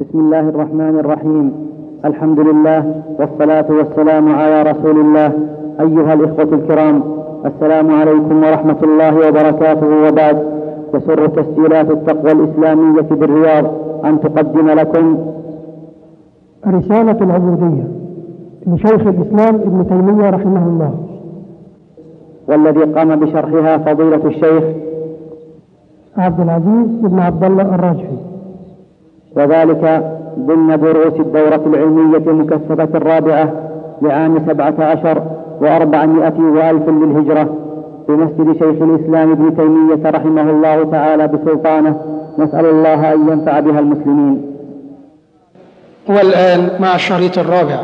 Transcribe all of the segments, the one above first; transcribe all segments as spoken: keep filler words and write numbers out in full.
بسم الله الرحمن الرحيم. الحمد لله والصلاة والسلام على رسول الله. أيها الإخوة الكرام، السلام عليكم ورحمة الله وبركاته. وبعد، يسر تسجيلات التقوى الإسلامية بالرياض أن تقدم لكم رسالة العبودية لشيخ الإسلام ابن تيمية رحمه الله، والذي قام بشرحها فضيلة الشيخ عبد العزيز بن عبد الله الراجحي، وذلك ضمن دروس الدورة العلمية المكثفة الرابعة لعام سبعة عشر وأربعمائة وألف للهجرة بمسجد شيخ الإسلام ابن تيمية رحمه الله تعالى بسلطانه، نسأل الله أن ينفع بها المسلمين. والآن مع الشريط الرابع.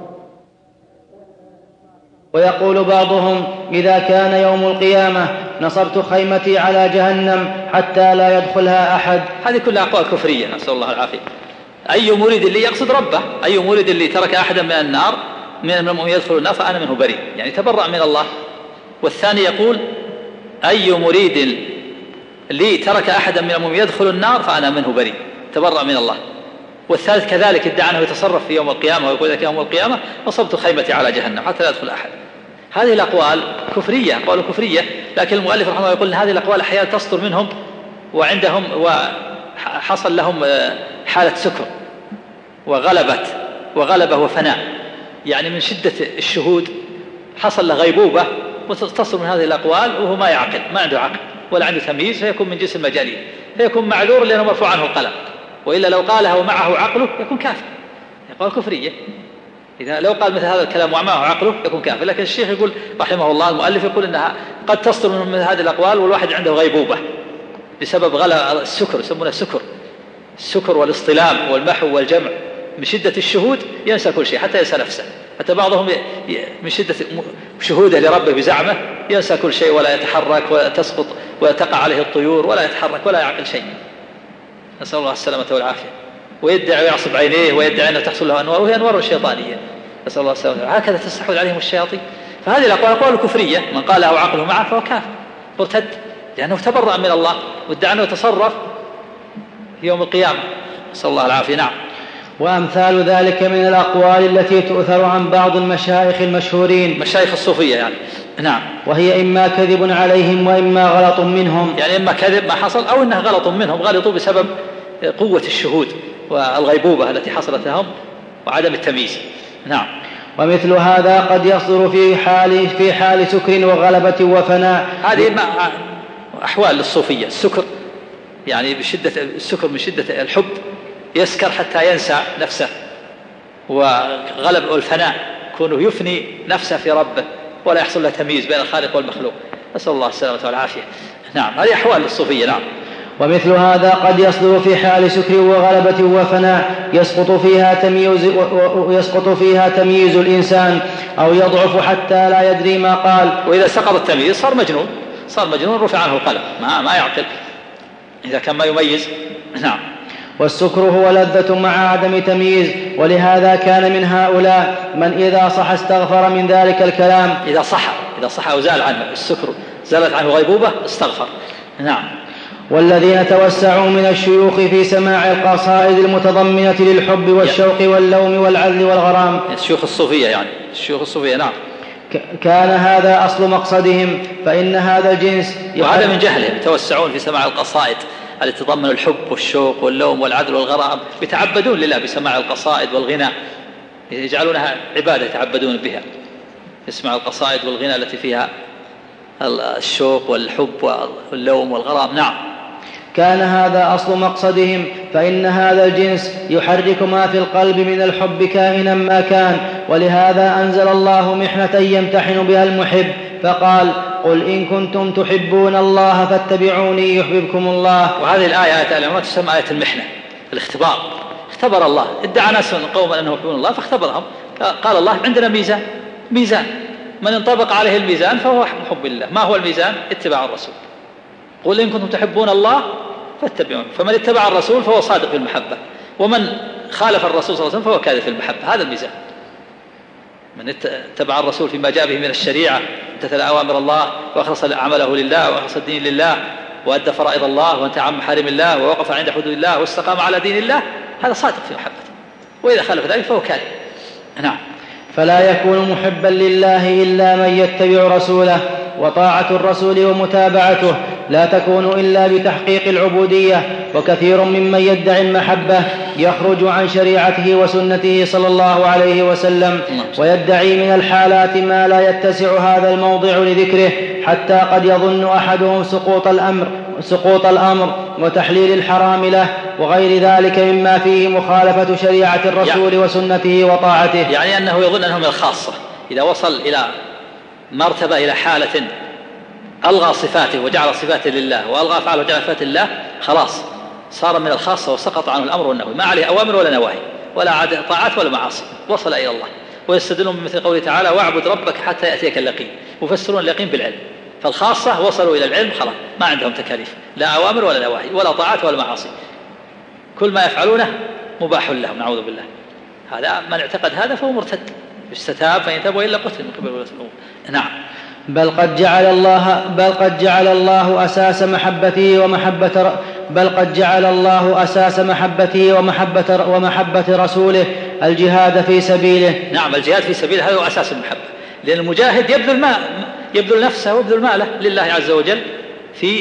ويقول بعضهم: إذا كان يوم القيامة نصبت خيمتي على جهنم حتى لا يدخلها أحد. هذه كلها أقوال كفرية، نسأل الله العافية. أي مريد اللي يقصد ربه، أي مريد اللي ترك أحدا من النار من المؤمنين يدخل النار فأنا منه بريء، يعني تبرأ من الله. والثاني يقول: أي مريد اللي ترك أحدا من المؤمنين يدخل النار فأنا منه بريء، تبرأ من الله. والثالث كذلك ادعى أنه يتصرف في يوم القيامة ويقول لك يوم القيامة نصبت خيمتي على جهنم حتى لا يدخل أحد. هذه الأقوال كفرية، أقوال كفرية، لكن المؤلف رحمه الله يقول أن هذه الأقوال أحيانا تصدر منهم وعندهم وحصل لهم حالة سكر وغلبت وغلبة وفناء، يعني من شدة الشهود حصل له غيبوبة وتصدر من هذه الأقوال وهو ما يعقل، ما عنده عقل ولا عنده تمييز، فيكون من جنس المجانين، فيكون معذور لأنه مرفوع عنه القلم. وإلا لو قالها ومعه عقله يكون كافر، أقوال كفرية. إذا لو قال مثل هذا الكلام ومعه عقله يكون كافر. لكن الشيخ يقول رحمه الله، المؤلف يقول أنها قد تصدر من هذه الأقوال والواحد عنده غيبوبة بسبب غلبة السكر، يسمونه السكر، السكر والاصطلام والمحو والجمع، من شدة الشهود ينسى كل شيء حتى ينسى نفسه. حتى بعضهم من شدة شهوده لربه بزعمه ينسى كل شيء ولا يتحرك وتسقط وتقع عليه الطيور ولا يتحرك ولا يعقل شيء، نسأل الله السلامة والعافية. ويدعي ويعصب عينيه ويدعي أنه تحصل له أنوار، وهي أنوار شيطانية، نسأل الله السلامة. هكذا تستحوذ عليهم الشياطين. فهذه الأقوال أقوال كفرية، من قالها وعقله معه فهو كافر مرتد، لأنه تبرأ من الله وادعى أنه يتصرف في يوم القيامة، نسأل الله العافية. نعم. وأمثال ذلك من الأقوال التي تؤثر عن بعض المشايخ المشهورين، مشايخ الصوفية يعني. نعم. وهي إما كذب عليهم وإما غلط منهم، يعني إما كذب ما حصل أو إنه غلط منهم، غلطوا بسبب قوة الشهود والغيبوبة التي حصلت لهم وعدم التمييز. نعم. ومثل هذا قد يصدر في حال في حال سكر وغلبة وفناء. هذه أحوال للصوفية. السكر يعني بشدة السكر من شدة الحب يسكر حتى ينسى نفسه، وغلب والفناء كونه يفني نفسه في ربه ولا يحصل له تمييز بين الخالق والمخلوق، نسأل الله السلامة والعافية. نعم. هذه أحوال للصوفية. نعم. ومثل هذا قد يصدر في حال سكر وغلبة وفناء يسقط فيها تمييز ويسقط فيها تمييز الإنسان أو يضعف حتى لا يدري ما قال. وإذا سقط التمييز صار مجنون، صار مجنون رفع عنه القلم، ما ما يعقل إذا كان ما يميز. نعم. والسكر هو لذة مع عدم تمييز، ولهذا كان من هؤلاء من إذا صح استغفر من ذلك الكلام. إذا صح إذا صح وزال عنه السكر، زالت عنه غيبوبة، استغفر. نعم. والذين توسعوا من الشيوخ في سماع القصائد المتضمنة للحب والشوق واللوم والعدل والغرام، الشيوخ الصوفية يعني الشيوخ الصوفية. نعم. كان هذا أصل مقصدهم، فإن هذا الجنس وهذا من جهلهم، يتوسعون في سماع القصائد التي تضمن الحب والشوق واللوم والعدل والغرام، يتعبدون لله بسماع القصائد والغناء، يجعلونها عبادة يتعبدون بها، يسمع القصائد والغناء التي فيها الشوق والحب واللوم والغرام. نعم. كان هذا أصل مقصدهم، فإن هذا الجنس يحرك ما في القلب من الحب كائنا ما كان، ولهذا أنزل الله محنة يمتحن بها المحب فقال: قل إن كنتم تحبون الله فاتبعوني يحببكم الله. وهذه الآية آية العمران تسمى آية المحنة، الاختبار. اختبر الله، ادعى ناس قوما أنهم يحبون الله فاختبرهم، قال الله عندنا ميزان ميزان من انطبق عليه الميزان فهو محب الله. ما هو الميزان؟ اتباع الرسول. قل إن كنتم تحبون الله فاتبعون، فمن اتبع الرسول فهو صادق في المحبة، ومن خالف الرسول صلى الله عليه وسلم فهو كاذب في المحبة. هذا الميزان. من اتبع الرسول فيما جاء به من الشريعة، امتثل أوامر الله وأخلص عمله لله وأخلص الدين لله وأدى فرائض الله وانتهى عن محارم الله ووقف عند حدود الله واستقام على دين الله، هذا صادق في محبته، وإذا خالف ذلك فهو كاذب. نعم. فلا يكون محبا لله إلا من يتبع رسوله، وطاعة الرسول ومتابعته لا تكون إلا بتحقيق العبودية. وكثير ممن يدعي المحبة يخرج عن شريعته وسنته صلى الله عليه وسلم، ويدعي من الحالات ما لا يتسع هذا الموضع لذكره، حتى قد يظن أحدهم سقوط الأمر سقوط الأمر وتحليل الحرام له وغير ذلك مما فيه مخالفة شريعة الرسول يعني وسنته وطاعته. يعني أنه يظن أنه من الخاصة، إذا وصل إلى مرتبة إلى حالة ألغى صفاته وجعل صفاته لله وألغى أفعاله وجعل صفاته لله، خلاص صار من الخاصة وسقط عنه الأمر والنهي، ما عليه أوامر ولا نواهي ولا طاعات ولا معاصي، وصل إلى الله. ويستدلون بمثل قوله تعالى واعبد ربك حتى يأتيك اليقين، مفسرون اليقين بالعلم. فالخاصة وصلوا إلى العلم خلاص، ما عندهم تكاليف لا أوامر ولا نواهي ولا طاعات ولا معاصي، كل ما يفعلونه مباح لهم، نعوذ بالله. هذا من اعتقد هذا فهو مرتد، استتاب فإن تاب وإلا قتل من قبل ولاة الأمور. نعم. بل قد جعل الله بل قد جعل الله أساس محبته ومحبة بل قد جعل الله أساس محبته ومحبة ومحبة رسوله الجهاد في سبيله. نعم، الجهاد في سبيله هذا هو أساس المحبة، لأن المجاهد يبذل ما يبذل نفسه ويبذل ماله لله عز وجل في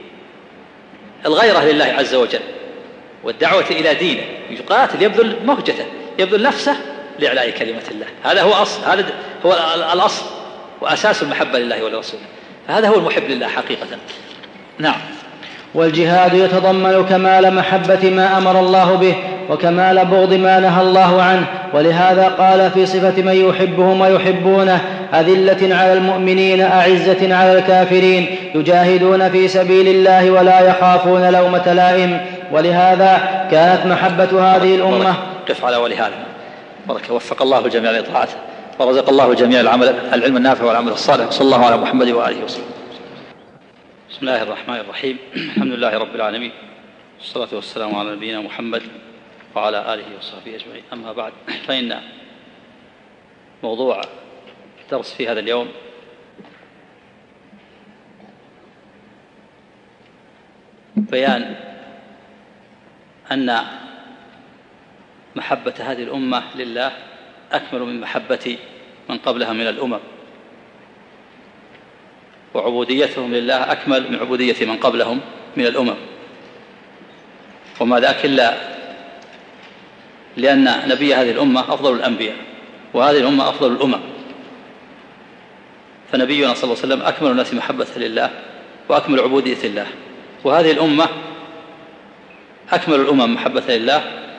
الغيرة لله عز وجل والدعوة إلى دينه، يقاتل يبذل مهجته، يبذل نفسه لإعلاء كلمة الله. هذا هو أصل، هذا هو الأصل وأساس المحبة لله ولرسوله، فهذا هو المحب لله حقيقة. نعم. والجهاد يتضمن كمال محبة ما أمر الله به وكمال بغض ما نهى الله عنه، ولهذا قال في صفة من يحبهم ويحبونه أذلة على المؤمنين أعزة على الكافرين يجاهدون في سبيل الله ولا يخافون لومة لائم. ولهذا كانت محبة هذه الأمة قف على ولهذا بركة. وفق الله الجميع لطاعته ورزق الله الجميع العمل العلم النافع والعمل الصالح. صلى الله على محمد وآله وسلم. بسم الله الرحمن الرحيم. الحمد لله رب العالمين، والصلاة والسلام على نبينا محمد وعلى آله وصحبه أجمعين. أما بعد، فإن موضوع الدرس في هذا اليوم بيان أن محبة هذه الأمة لله أكمل من محبة من قبلها من الأمم، وعبوديتهم لله أكمل من عبودية من قبلهم من الأمم. وما ذاك إلا لأن نبي هذه الأمة أفضل الأنبياء، وهذه الأمة أفضل الأمم، فنبينا صلى الله عليه وسلم أكمل الناس محبة لله وأكمل عبودية الله، وهذه الأمة أكمل الأمم محبة لله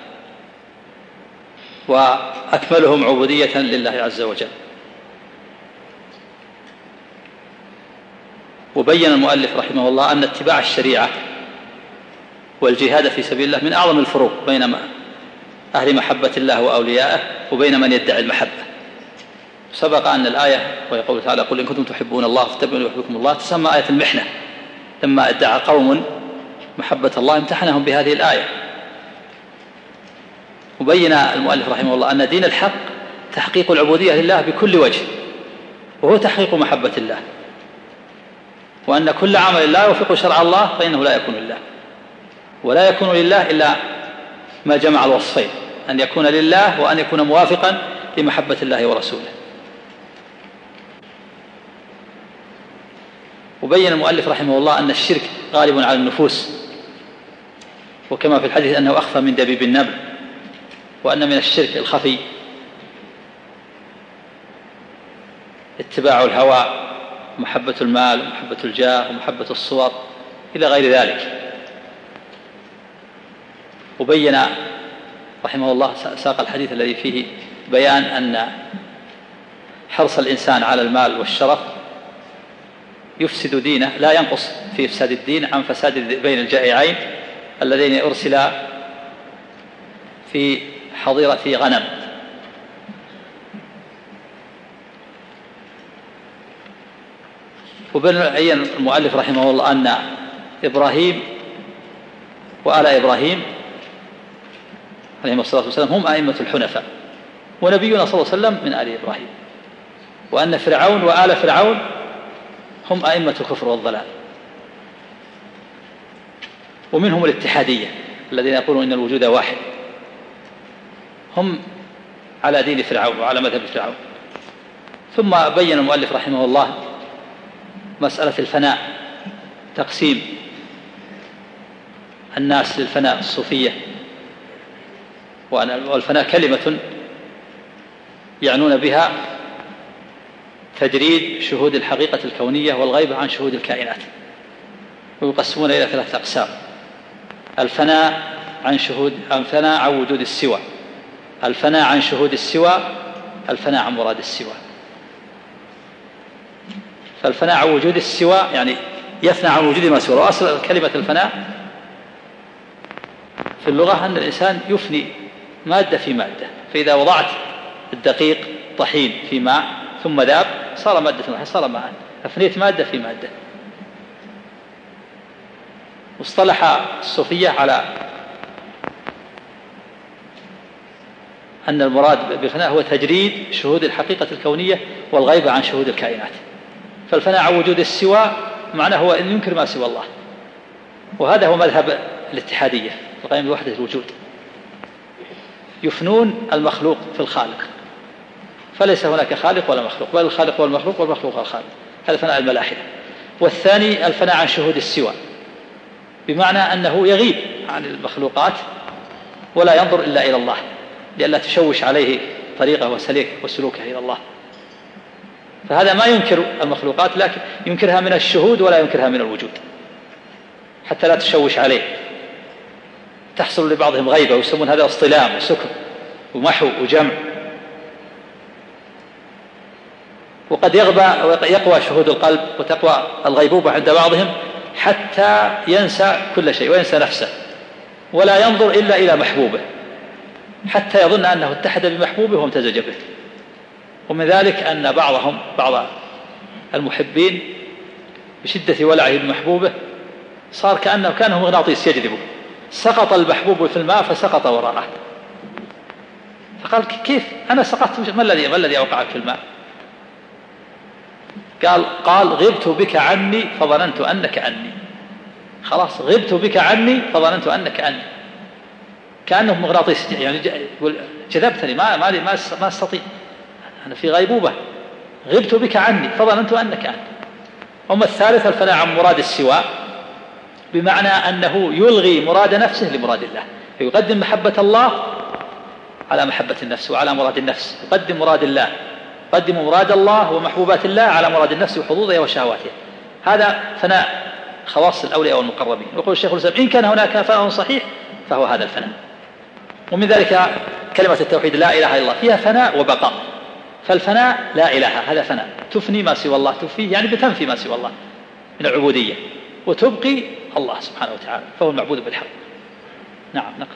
وأكملهم عبودية لله عز وجل. وبين المؤلف رحمه الله أن اتباع الشريعة والجهاد في سبيل الله من أعظم الفروق بين أهل محبة الله وأوليائه وبين من يدعي المحبة. سبق أن الآية ويقول تعالى قل إن كنتم تحبون الله فاتبعوني يحببكم الله تسمى آية المحنة، لما ادعى قوم محبة الله امتحنهم بهذه الآية. وبين المؤلف رحمه الله أن دين الحق تحقيق العبودية لله بكل وجه، وهو تحقيق محبة الله، وأن كل عمل لا يوافق شرع الله فإنه لا يكون لله، ولا يكون لله إلا ما جمع الوصفين، أن يكون لله وأن يكون موافقا لمحبة الله ورسوله. وبين المؤلف رحمه الله أن الشرك غالب على النفوس، وكما في الحديث أنه أخفى من دبيب النمل، وأن من الشرك الخفي اتباع الهوى، محبة المال ومحبة الجاه ومحبة الصور إلى غير ذلك. وبين رحمه الله ساق الحديث الذي فيه بيان أن حرص الإنسان على المال والشرف يفسد دينه، لا ينقص في إفساد الدين عن فساد بين الجائعين الذين أرسلا في حظيرة غنم. وبين المؤلف رحمه الله أن إبراهيم وآل إبراهيم عليهم الصلاة والسلام هم أئمة الحنفاء، ونبينا صلى الله عليه وسلم من آل إبراهيم، وأن فرعون وآل فرعون هم أئمة الكفر والضلال. ومنهم الاتحادية الذين يقولون إن الوجود واحد هم على دين فرعون وعلى مذهب فرعون. ثم بين المؤلف رحمه الله مسألة الفناء، تقسيم الناس للفناء الصوفية، والفناء كلمة يعنون بها تجريد شهود الحقيقة الكونية والغيبة عن شهود الكائنات، ويقسمون إلى ثلاثة أقسام: الفناء عن شهود الفناء عن وجود السوى، الفناء عن شهود السوى، الفناء عن مراد السوى. فالفناء عن وجود السوى يعني يفنى عن وجود ما سوى. وأصل كلمة الفناء في اللغة أن الإنسان يفني مادة في مادة، فإذا وضعت الدقيق طحين في ماء ثم ذاب صار مادة صار ماء، أفنيت مادة في مادة. واصطلح الصوفية على أن المراد بالفناء هو تجريد شهود الحقيقة الكونية والغيبة عن شهود الكائنات. فالفناء عن وجود السوى معناه هو أن ينكر ما سوى الله، وهذا هو مذهب الاتحادية القائم بوحدة الوجود، يفنون المخلوق في الخالق، فليس هناك خالق ولا مخلوق، بل الخالق هو المخلوق والمخلوق هو الخالق. هذا فناء الملاحدة. والثاني الفناء عن شهود السوى، بمعنى أنه يغيب عن المخلوقات ولا ينظر إلا إلى الله، لئلا تشوش عليه طريقه وسليكه وسلوكه إلى الله. فهذا ما ينكر المخلوقات، لكن ينكرها من الشهود ولا ينكرها من الوجود، حتى لا تشوش عليه. تحصل لبعضهم غيبة ويسمون هذا اصطلام وسكر ومحو وجمع. وقد يغبى يقوى شهود القلب وتقوى الغيبوبة عند بعضهم حتى ينسى كل شيء وينسى نفسه، ولا ينظر إلا إلى محبوبه، حتى يظن أنه اتحد بمحبوبه وامتزج به. ومن ذلك أن بعضهم بعض المحبين بشدة ولعه بمحبوبه صار كأنه كانه مغناطيس يجذبه، سقط المحبوب في الماء فسقط وراءه، فقال كيف أنا سقطت؟ ما الذي ما الذي أوقعك في الماء؟ قال قال غبت بك عني فظننت أنك أني. خلاص غبت بك عني فظننت أنك أني، كأنه مغناطيس يعني يقول جذبتني ما ما ما ما استطيع، أنا في غيبوبة، غبت بك عني فظننت أنك أنت. أما الثالث الفناء عن مراد السوى، بمعنى أنه يلغي مراد نفسه لمراد الله، فيقدم محبة الله على محبة النفس وعلى مراد النفس، يقدم مراد الله يقدم مراد الله ومحبوبات الله على مراد النفس وحظوظها وشهواتها. هذا فناء خواص الأولياء والمقربين. ويقول الشيخ الإسلام إن كان هناك فناء صحيح فهو هذا الفناء. ومن ذلك كلمة التوحيد لا إله إلا الله فيها فناء وبقاء. فالفناء لا إله هذا فناء، تفني ما سوى الله، تفيه يعني بتنفي ما سوى الله من العبودية وتبقي الله سبحانه وتعالى، فهو المعبود بالحق. نعم نقل.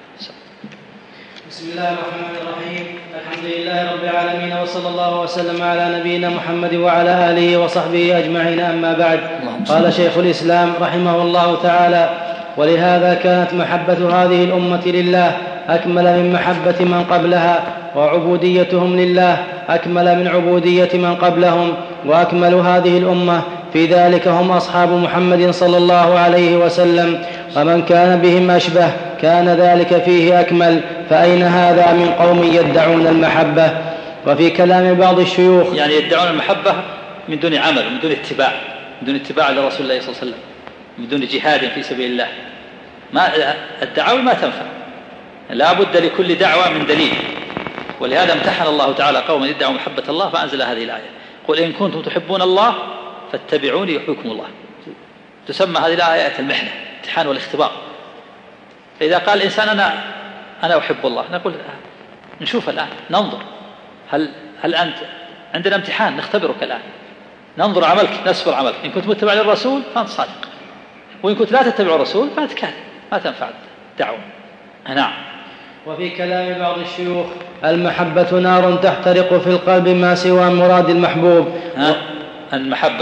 بسم الله الرحمن الرحيم. الحمد لله رب العالمين، وصلى الله وسلم على نبينا محمد وعلى آله وصحبه أجمعين. أما بعد، قال شيخ الإسلام رحمه الله تعالى: ولهذا كانت محبة هذه الأمة لله أكمل من محبة من قبلها، وعبوديتهم لله أكمل من عبودية من قبلهم، وأكمل هذه الأمة في ذلك هم أصحاب محمد صلى الله عليه وسلم، ومن كان بهم أشبه كان ذلك فيه أكمل، فأين هذا من قوم يدعون المحبة؟ وفي كلام بعض الشيوخ يعني يدعون المحبة من دون عمل ومن دون اتباع، من دون اتباع لرسول الله صلى الله عليه وسلم، من دون جهاد في سبيل الله. ما الدعوة ما تنفع، لا بد لكل دعوة من دليل. ولهذا امتحن الله تعالى قوما يدعوا محبة الله فأنزل هذه الآية: قل إن كنتم تحبون الله فاتبعوني يحببكم الله. تسمى هذه الآية آية المحنة، امتحان والاختبار. فإذا قال الإنسان أنا أنا أحب الله، نقول نشوف الآن، ننظر هل هل أنت عندنا امتحان نختبرك الآن، ننظر عملك نسبر عملك. إن كنت متبع للرسول فأنت صادق، وإن كنت لا تتبع الرسول فأنت كاذب، ما تنفع الدعوة. نعم. وفي كلام بعض الشيوخ: المحبة نار تحترق في القلب ما سوى مراد المحبوب. ها؟ المحبة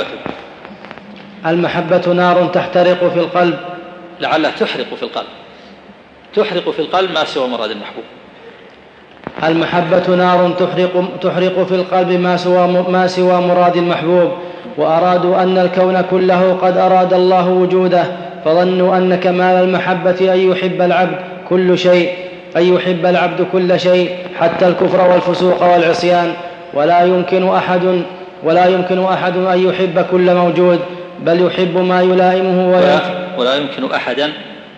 المحبة نار تحترق في القلب، لعلها تحرق في القلب، تحرق في القلب ما سوى مراد المحبوب. المحبة نار تحرق, تحرق في القلب ما سوى, ما سوى مراد المحبوب. وأرادوا أن الكون كله قد أراد الله وجوده، فظنوا أن كمال المحبة أن يحب العبد كل شيء أن يحب العبد كل شيء حتى الكفر والفسوق والعصيان، ولا يمكن أحد ولا يمكن أحد أن يحب كل موجود، بل يحب ما يلائمه ولا, ولا يمكن أحدا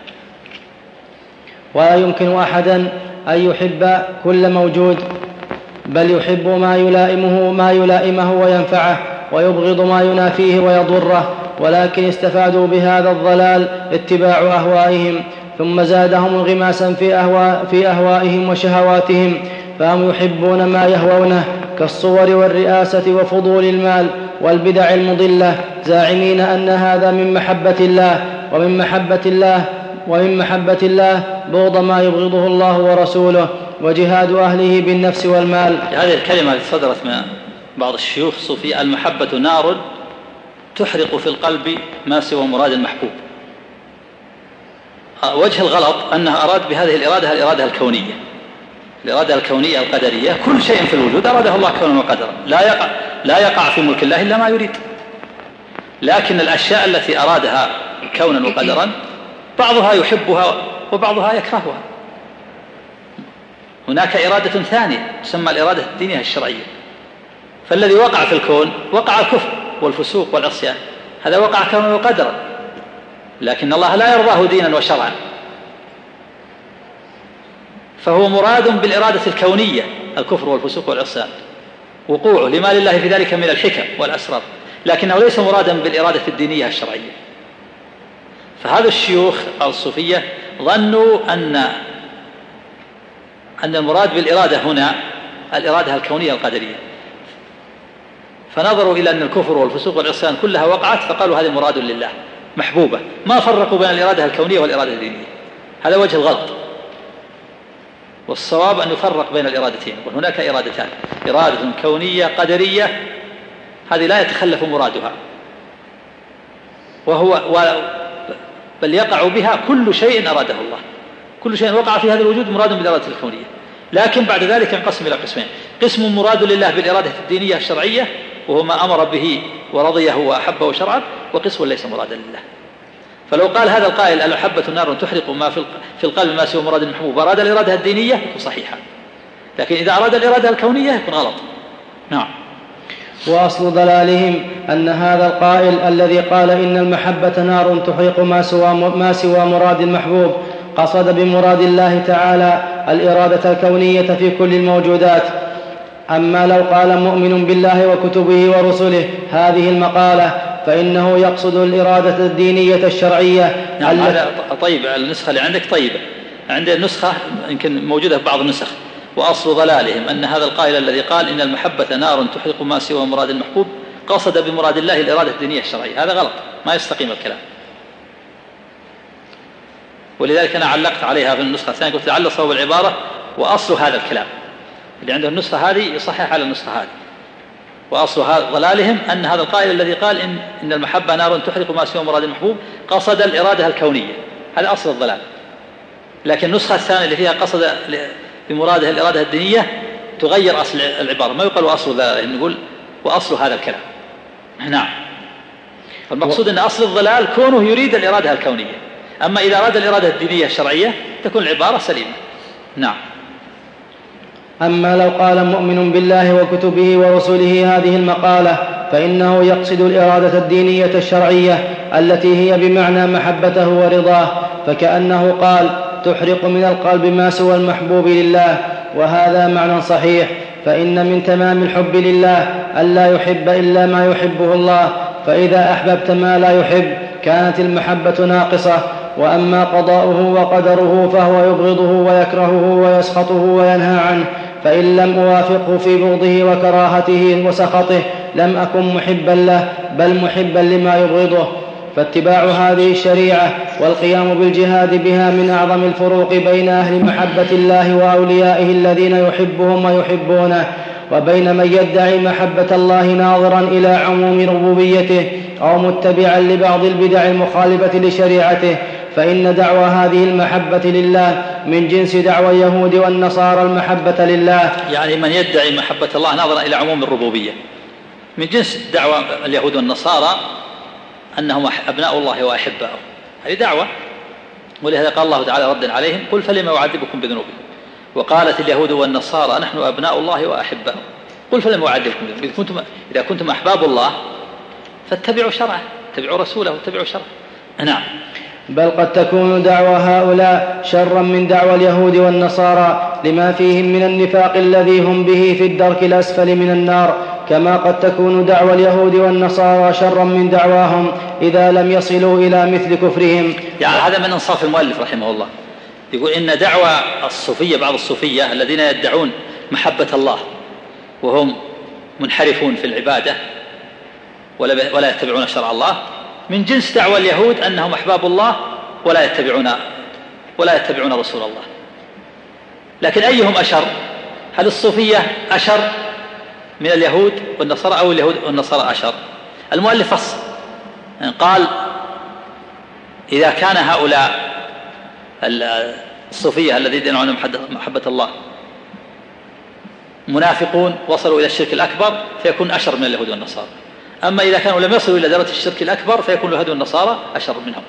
ولا يمكن أحدا أن يحب كل موجود، بل يحب ما يلائمه ما يلائمه وينفعه، ويبغض ما ينافيه ويضره. ولكن استفادوا بهذا الضلال اتباع أهوائهم، ثم زادهم انغماسا في, أهواء في أهوائهم وشهواتهم، فهم يحبون ما يهوونه كالصور والرئاسة وفضول المال والبدع المضلة، زاعمين أن هذا من محبة الله، ومن محبة الله ومن محبة الله بغض ما يبغضه الله ورسوله، وجهاد أهله بالنفس والمال. هذه الكلمة التي صدرت من بعض الشيوخ الصوفية: المحبة نار تحرق في القلب ما سوى مراد المحبوب. وجه الغلط أنه أراد بهذه الإرادة الإرادة الكونية، الإرادة الكونية القدرية. كل شيء في الوجود أراده الله كونا وقدرا، لا يقع, لا يقع في ملك الله إلا ما يريد. لكن الأشياء التي أرادها كونا وقدرا بعضها يحبها وبعضها يكرهها. هناك إرادة ثانية تسمى الإرادة الدينية الشرعية، فالذي وقع في الكون وقع الكفر والفسوق والعصيان، هذا وقع كونا وقدرا، لكن الله لا يرضاه دينا وشرعا، فهو مراد بالإرادة الكونية الكفر والفسوق والعصيان وقوعه، لما لله في ذلك من الحكم والأسرار، لكنه ليس مرادا بالإرادة الدينية الشرعية. فهذا الشيوخ الصوفية ظنوا أن أن المراد بالإرادة هنا الإرادة الكونية القدرية، فنظروا إلى أن الكفر والفسوق والعصيان كلها وقعت، فقالوا هذه مراد لله محبوبة، ما فرقوا بين الإرادة الكونية والإرادة الدينية. هذا وجه الغلط، والصواب أن يفرق بين الإرادتين، وهناك إرادتان: إرادة كونية قدرية هذه لا يتخلف مرادها، وهو و بل يقع بها كل شيء أراده الله، كل شيء وقع في هذا الوجود مراد بالإرادة الكونية. لكن بعد ذلك ينقسم إلى قسمين: قسم مراد لله بالإرادة الدينية الشرعية وهو ما أمر به ورضيه وأحبه شرعا، وقسم ليس مرادا لله. فلو قال هذا القائل: المحبة نار تحرق ما في القلب ما سوى مراد المحبوب، أراد الإرادة الدينية يكون صحيحا، لكن إذا أراد الإرادة الكونية يكون غلط. نعم. وأصل ضلالهم أن هذا القائل الذي قال إن المحبة نار تحرق ما سوى, ما سوى مراد المحبوب قصد بمراد الله تعالى الإرادة الكونية في كل الموجودات. أما لو قال مؤمن بالله وكتبه ورسله هذه المقالة فإنه يقصد الإرادة الدينية الشرعية. نعم. هذا طيب. النسخة اللي عندك طيبة، عندي النسخة يمكن موجودة في بعض النسخ: وأصل ضلالهم أن هذا القائل الذي قال إن المحبة نار تحرق ما سوى مراد المحبوب قصد بمراد الله الإرادة الدينية الشرعية. هذا غلط، ما يستقيم الكلام، ولذلك أنا علقت عليها في النسخة الثانية، قلت لعل صواب العبارة وأصل هذا الكلام اللي عنده النسخة هذه يصحح على النسخة هذه. وأصل ضلالهم أن هذا القائل الذي قال إن, إن المحبة نار تحرق ما سوى مراد المحبوب قصد الإرادة الكونية، هذا أصل الضلال. لكن النسخة الثانية اللي فيها قصد بمراده الإرادة الدينية تغير أصل العبارة، ما يقال وأصل ضلالهم، نقول وأصل هذا الكلام. نعم. المقصود أن أصل الضلال كونه يريد الإرادة الكونية، أما إذا أراد الإرادة الدينية الشرعية تكون العبارة سليمة. نعم. أما لو قال مؤمن بالله وكتبه ورسله هذه المقالة فإنه يقصد الإرادة الدينية الشرعية التي هي بمعنى محبته ورضاه، فكأنه قال تحرق من القلب ما سوى المحبوب لله، وهذا معنى صحيح. فإن من تمام الحب لله ألا يحب إلا ما يحبه الله، فإذا أحببت ما لا يحب كانت المحبة ناقصة. وأما قضاؤه وقدره فهو يبغضه ويكرهه ويسخطه وينهى عنه، فإن لم أوافقه في بغضه وكراهته وسخطه لم أكن محبا له بل محبا لما يبغضه. فاتباع هذه الشريعة والقيام بالجهاد بها من أعظم الفروق بين أهل محبة الله وأوليائه الذين يحبهم ويحبونه، وبين من يدعي محبة الله ناظرا إلى عموم ربوبيته أو متبعا لبعض البدع المخالفة لشريعته. فإن دعوى هذه المحبة لله من جنس دعوى اليهود والنصارى المحبة لله، يعني من يدعي محبة الله ناظرا إلى عموم الربوبية من جنس دعوى اليهود والنصارى أنهم أبناء الله وأحباؤه، هذه دعوة. ولهذا قال الله تعالى ردا عليهم: قل فلما يعذبكم بذنوبكم، وقالت اليهود والنصارى نحن أبناء الله وأحباؤه. قل فلم أعذبكم إذ كنتم إذا كنتم أحباب الله فاتبعوا شرعه، اتبعوا رسوله واتبعوا شرعه. نعم. بل قد تكون دعوى هؤلاء شرا من دعوى اليهود والنصارى لما فيهم من النفاق الذي هم به في الدرك الأسفل من النار، كما قد تكون دعوى اليهود والنصارى شرا من دعواهم إذا لم يصلوا إلى مثل كفرهم. يعني هذا من إنصاف المؤلف رحمه الله، يقول إن دعوى الصوفية بعض الصوفية الذين يدعون محبة الله وهم منحرفون في العبادة ولا يتبعون شرع الله من جنس دعوى اليهود أنهم أحباب الله ولا يتبعون ولا يتبعون رسول الله. لكن أيهم أشر؟ هل الصوفية أشر من اليهود والنصارى أو اليهود والنصارى أشر؟ المؤلف فصل قال إذا كان هؤلاء الصوفية الذين يدعون محبة الله منافقون وصلوا إلى الشرك الأكبر فيكون أشر من اليهود والنصارى، أما إذا كانوا لم يصلوا إلى درجة الشرك الأكبر فيكون اليهود والنصارى أشر منهم.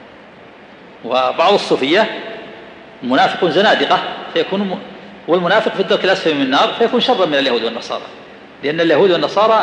وبعض الصوفية منافق زنادقة فيكون والمنافق في الدرك الأسفل من النار فيكون شرا من اليهود والنصارى، لأن اليهود والنصارى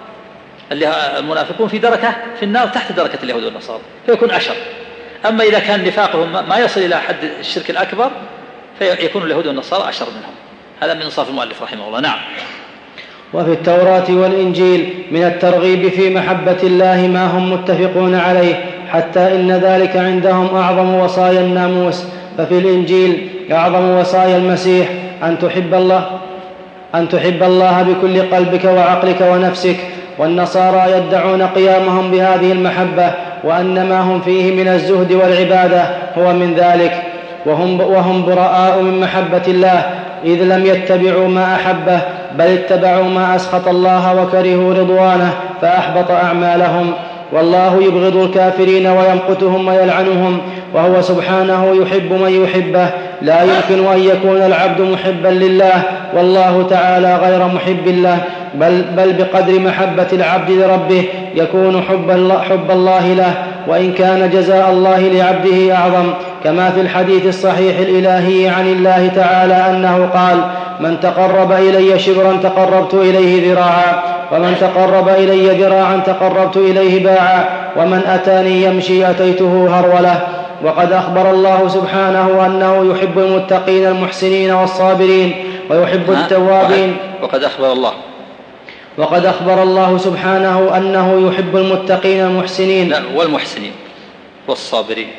المنافقون في دركة في النار تحت دركة اليهود والنصارى فيكون أشر. أما إذا كان نفاقهم ما يصل إلى حد الشرك الأكبر فيكون اليهود والنصارى أشر منهم. هذا من إنصاف المؤلف رحمه الله. نعم. وفي التوراة والإنجيل من الترغيب في محبة الله ما هم متفقون عليه، حتى إن ذلك عندهم أعظم وصايا الناموس. ففي الإنجيل أعظم وصايا المسيح أن تحب الله أن تحب الله بكل قلبك وعقلك ونفسك، والنصارى يدعون قيامهم بهذه المحبة وأن ما هم فيه من الزهد والعبادة هو من ذلك، وهم, وهم براء من محبة الله إذ لم يتبعوا ما أحبه بل اتبعوا ما أسخط الله وكرهوا رضوانه فأحبط أعمالهم. والله يبغض الكافرين ويمقتهم ويلعنهم، وهو سبحانه يحب من يحبه. لا يمكن أن يكون العبد محبا لله والله تعالى غير محب له، بل, بل بقدر محبة العبد لربه يكون حب الله, حب الله له، وإن كان جزاء الله لعبده أعظم، كما في الحديث الصحيح الإلهي عن الله تعالى أنه قال: من تقرب إلي شبرا تقربت إليه ذراعا، ومن تقرب إلي ذراعا تقربت إليه باعا، ومن أتاني يمشي أتيته هرولة. وقد أخبر الله سبحانه أنه يحب المتقين المحسنين والصابرين ويحب التوابين. وقد أخبر الله وقد أخبر الله سبحانه أنه يحب المتقين المحسنين لا والمحسنين والصابرين.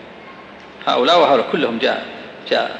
هؤلاء وهؤلاء كلهم جاء جاء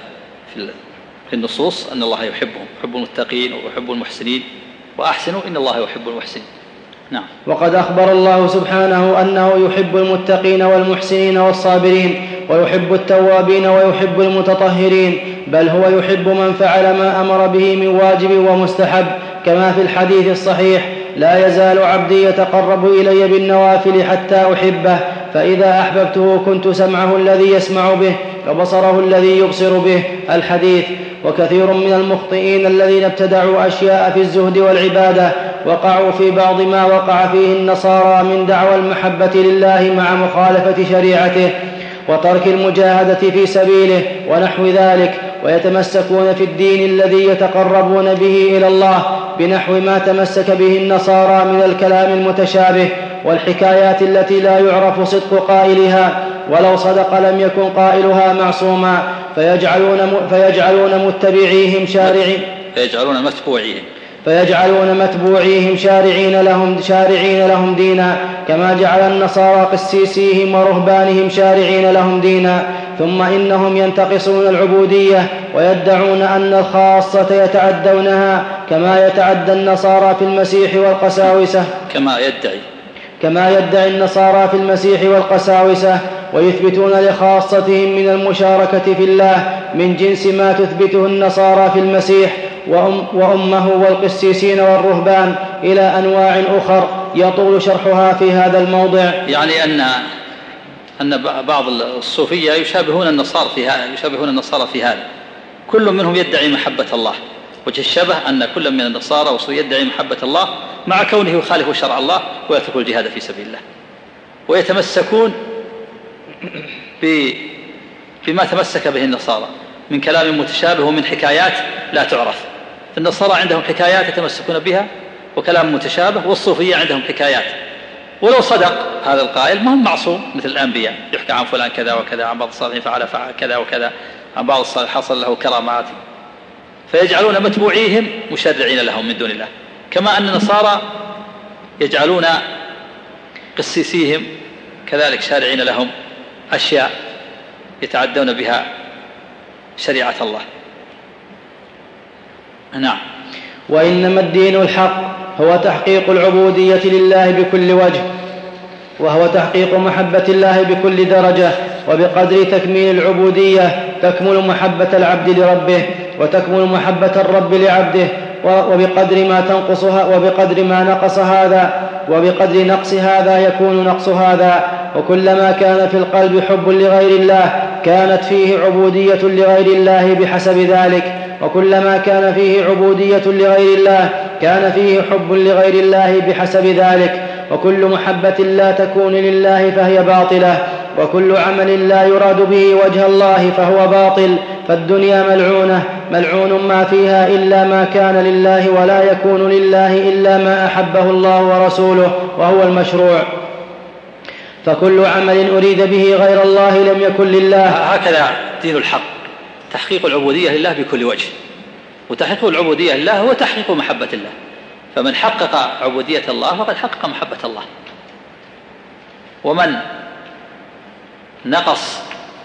في النصوص أن الله يحبهم، يحب المتقين ويحب المحسنين، وأحسنوا إن الله يحب المحسنين. نعم. وقد أخبر الله سبحانه أنه يحب المتقين والمحسنين والصابرين ويحب التوابين ويحب المتطهرين، بل هو يحب من فعل ما أمر به من واجب ومستحب، كما في الحديث الصحيح: لا يزال عبدي يتقرب إلي بالنوافل حتى أحبه، فإذا أحببته كنت سمعه الذي يسمع به وبصره الذي يبصر به. الحديث. وكثير من المخطئين الذين ابتدعوا أشياء في الزهد والعبادة وقعوا في بعض ما وقع فيه النصارى من دعوى المحبة لله مع مخالفة شريعته وترك المجاهدة في سبيله ونحو ذلك، ويتمسكون في الدين الذي يتقربون به إلى الله بنحو ما تمسك به النصارى من الكلام المتشابه والحكايات التي لا يعرف صدق قائلها، ولو صدق لم يكن قائلها معصوما، فيجعلون, فيجعلون متبعيهم شارعين فيجعلون متبوعيهم فيجعلون متبوعيهم شارعين لهم, شارعين لهم دينا، كما جعل النصارى قسيسيهم ورهبانهم شارعين لهم دينا. ثم إنهم ينتقصون العبودية ويدعون أن الخاصة يتعدونها كما يتعدى النصارى في المسيح والقساوسة كما يدعي كما يدعي النصارى في المسيح والقساوسة، ويثبتون لخاصتهم من المشاركة في الله من جنس ما تثبته النصارى في المسيح وأم وأمه والقسيسين والرهبان إلى أنواع أخر يطول شرحها في هذا الموضع. يعني أن أن بعض الصوفية يشابهون النصارى في هذا يشابهون النصارى في هذا كل منهم يدعي محبة الله. وجه الشبه أن كل من النصارى والصوفية يدعي محبة الله مع كونه يخالف شرع الله ويترك الجهاد في سبيل الله، ويتمسكون بما تمسك به النصارى من كلام متشابه ومن حكايات لا تعرف. النصارى عندهم حكايات يتمسكون بها وكلام متشابه، والصوفية عندهم حكايات. ولو صدق هذا القائل ما هم معصوم مثل الأنبياء، يحكى عن فلان كذا وكذا، عن بعض الصالحين فعل فعل كذا وكذا، عن بعض الصالحين حصل له كرامات، فيجعلون متبوعيهم مشرعين لهم من دون الله. كما أن النصارى يجعلون قسيسيهم كذلك شارعين لهم أشياء يتعدون بها شريعة الله. نعم. وإنما الدين الحق هو تحقيق العبودية لله بكل وجه، وهو تحقيق محبة الله بكل درجة، وبقدر تكميل العبودية تكمل محبة العبد لربه، وتكمل محبة الرب لعبده، وبقدر ما تنقصها وبقدر ما نقص هذا وبقدر نقص هذا يكون نقص هذا. وكلما كان في القلب حب لغير الله كانت فيه عبودية لغير الله بحسب ذلك، وكلما كان فيه عبودية لغير الله كان فيه حب لغير الله بحسب ذلك. وكل محبة لا تكون لله فهي باطلة، وكل عمل لا يراد به وجه الله فهو باطل. فالدنيا ملعونة ملعون ما فيها إلا ما كان لله، ولا يكون لله إلا ما أحبه الله ورسوله وهو المشروع. فكل عمل أريد به غير الله لم يكن لله. هكذا دين الحق، تحقيق العبودية لله بكل وجه، وتحقيق العبودية لله هو تحقيق محبة الله. فمن حقق عبودية الله فقد حقق محبة الله، ومن نقص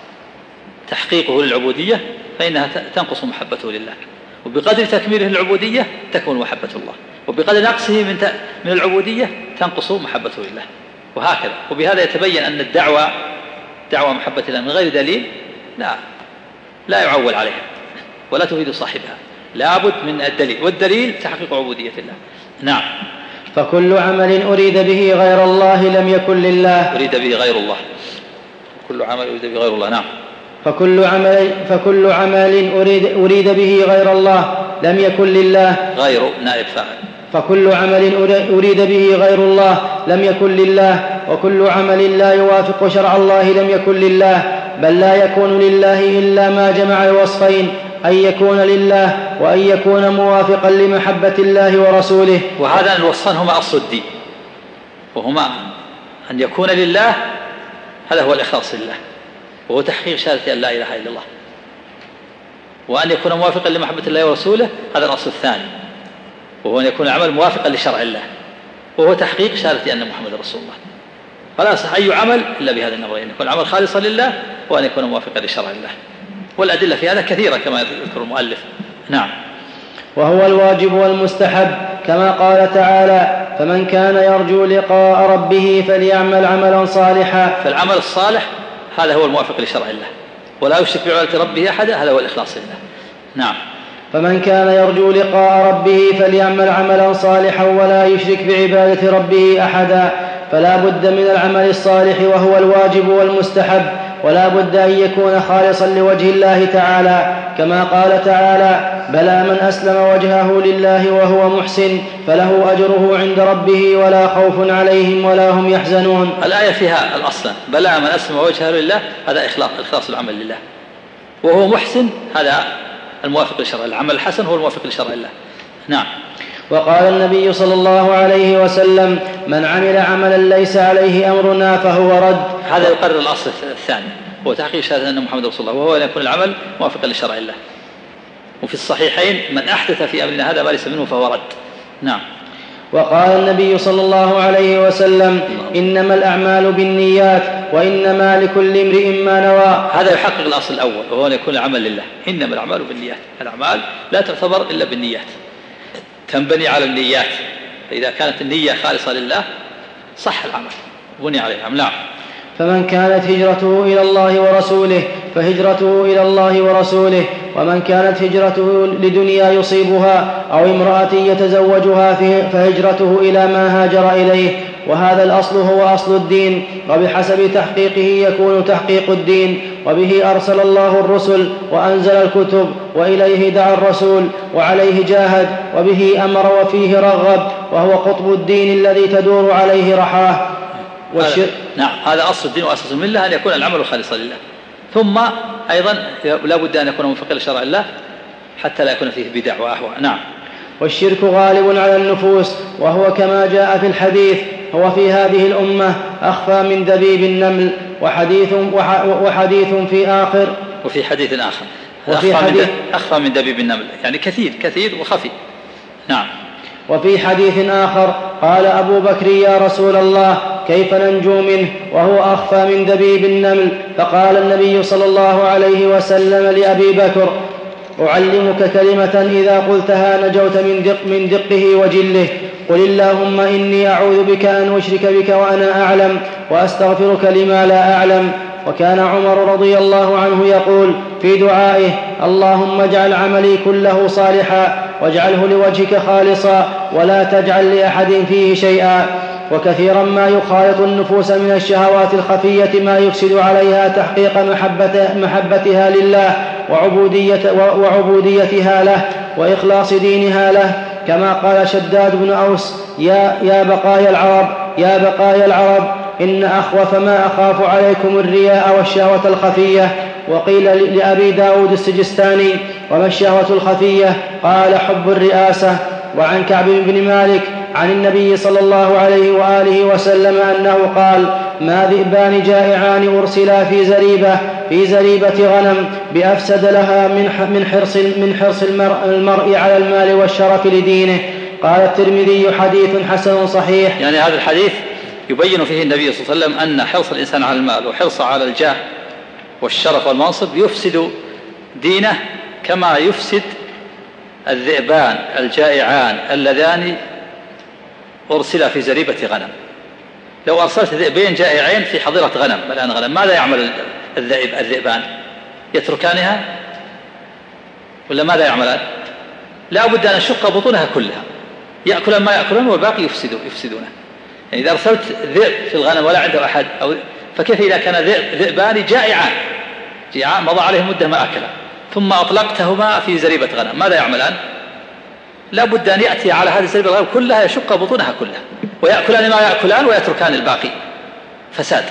تحقيقه للعبودية فإنها تنقص محبته لله. وبقدر تكميله للعبودية تكون محبة الله، وبقدر نقصه من من العبودية تنقص محبته لله، وهكذا. وبهذا يتبين أن الدعوة دعوة محبة الله من غير دليل لا لا يعول عليها ولا تفيد صاحبها، لابد من الدليل، والدليل تحقيق عبودية الله. نعم. فكل عمل أريد به غير الله لم يكن لله. أريد به غير الله، كل عمل أريد به غير الله. نعم. فكل عمل فكل عمل أريد أريد به غير الله لم يكن لله. غير نائب فاعل. فكل عمل أريد به غير الله لم يكن لله، وكل عمل لا يوافق شرع الله لم يكن لله، بل لا يكون لله إلا ما جمع الوصفين، أن يكون لله وأن يكون موافقا لمحبة الله ورسوله. وهذا الوصفان هما أصل الدين، وهما أن يكون لله، هذا هو الإخلاص لله، وهو تحقيق شهادة أن لا إله إلا الله، وأن يكون موافقا لمحبة الله ورسوله، هذا الأصل الثاني، وهو أن يكون العمل موافقا لشرع الله، وهو تحقيق شهادة أن محمد رسول الله. فلا يصح أي عمل إلا بهذا الأمرين، أن يكون العمل خالصا لله وأن يكون موافقا لشرع الله. والأدلة في هذا كثيرة كما يذكر المؤلف. نعم. وهو الواجب والمستحب، كما قال تعالى: فمن كان يرجو لقاء ربه فليعمل عملا صالحا. فالعمل الصالح هذا هو الموافق لشرع الله، ولا يشرك بعبادة ربه أحدا، هذا هو الإخلاص لله. نعم. فمن كان يرجو لقاء ربه فليعمل عملا صالحا ولا يشرك بعبادة ربه أحدا. فلا بد من العمل الصالح وهو الواجب والمستحب، ولا بد أن يكون خالصا لوجه الله تعالى، كما قال تعالى: بلى من أسلم وجهه لله وهو محسن فله أجره عند ربه ولا خوف عليهم ولا هم يحزنون. الآية فيها الأصل بلى من أسلم وجهه لله، هذا إخلاص إخلاص العمل لله، وهو محسن هذا الموافق لشرع الله، العمل الحسن هو الموافق لشرع الله. نعم. وقال النبي صلى الله عليه وسلم: من عمل عملا ليس عليه أمرنا فهو رد. هذا يقرر الأصل الثاني، هو تحقيق شهادة أن محمد رسول الله، وهو أن يكون العمل موافقا لشرع الله. وفي الصحيحين: من أحدث في أمرنا هذا ما ليس منه فهو رد. نعم. وقال النبي صلى الله عليه وسلم: إنما الأعمال بالنيات وإنما لكل امرئ ما نوى. هذا يحقق الأصل الأول، وهو أن يكون العمل لله. إنما الأعمال بالنيات، الأعمال لا تعتبر إلا بالنيات، تنبني على النيات، فإذا كانت النية خالصة لله صح العمل بني عليها. نعم. فمن كانت هجرته إلى الله ورسوله فهجرته إلى الله ورسوله، ومن كانت هجرته لدنيا يصيبها أو امرأة يتزوجها فهجرته إلى ما هاجر إليه. وهذا الأصل هو أصل الدين، وبحسب تحقيقه يكون تحقيق الدين. وبه أرسل الله الرسل وأنزل الكتب، وإليه دعا الرسول وعليه جاهد، وبه أمر وفيه رغب، وهو قطب الدين الذي تدور عليه رحاه. هذا نعم، هذا أصل الدين وأساس الملة، أن يكون العمل خالصا لله. ثم أيضا لا بد أن يكون موفقا لشرع الله حتى لا يكون فيه بدع وأهواء. نعم. والشرك غالب على النفوس، وهو كما جاء في الحديث: هو في هذه الأمة أخفى من دبيب النمل، وحديث, وحديث في آخر وفي حديث آخر وفي أخفى, حديث من أخفى من دبيب النمل، يعني كثير كثير وخفي. نعم. وفي حديث آخر قال أبو بكر: يا رسول الله، كيف ننجو منه وهو أخفى من دبيب النمل؟ فقال النبي صلى الله عليه وسلم لأبي بكر: أعلمك كلمة إذا قلتها نجوت من, دق من دقه وجله. قل اللهم إني أعوذ بك أن أشرك بك وأنا أعلم، وأستغفرك لما لا أعلم. وكان عمر رضي الله عنه يقول في دعائه: اللهم اجعل عملي كله صالحا واجعله لوجهك خالصا ولا تجعل لأحد فيه شيئا. وكثيرا ما يخالط النفوس من الشهوات الخفية ما يفسد عليها تحقيق محبة محبتها لله وعبودية وعبوديتها له وإخلاص دينها له، كما قال شداد بن أوس: يا, يا بقايا العرب يا بقايا العرب إن أخوف ما أخاف عليكم الرياء والشهوة الخفية. وقيل لأبي داود السجستاني: وما الشهوة الخفية؟ قال: حب الرئاسة. وعن كعب بن مالك عن النبي صلى الله عليه وآله وسلم أنه قال: ما ذئبان جائعان أرسلا في زريبة في زريبة غنم بأفسد لها من حرص من حرص المرء على المال والشرف لدينه. قال الترمذي: حديث حسن صحيح. يعني هذا الحديث يبين فيه النبي صلى الله عليه وسلم أن حرص الإنسان على المال وحرصه على الجاه والشرف والمنصب يفسد دينه كما يفسد الذئبان الجائعان اللذان أرسلا في زريبة غنم. لو أرسلت ذئبين جائعين في حظيرة غنم ملآن غنم، ماذا يعمل الذئب الذئبان؟ يتركانها ولا ماذا يعملان؟ لا بد أن يشق بطونها كلها، يأكلون ما يأكلون والباقي يفسدون يفسدونه. يعني إذا أرسلت ذئب في الغنم ولا عنده أحد أو فكيف إذا كان ذئبان جائعان جائعان مضى عليهم مدة ما أكلا ثم أطلقتهما في زريبة غنم، ماذا يعملان؟ لا بد أن يأتي على هذه الزريبة الغنم كلها يشق بطونها كلها ويأكلان ما يأكلان ويتركان الباقي، فساد.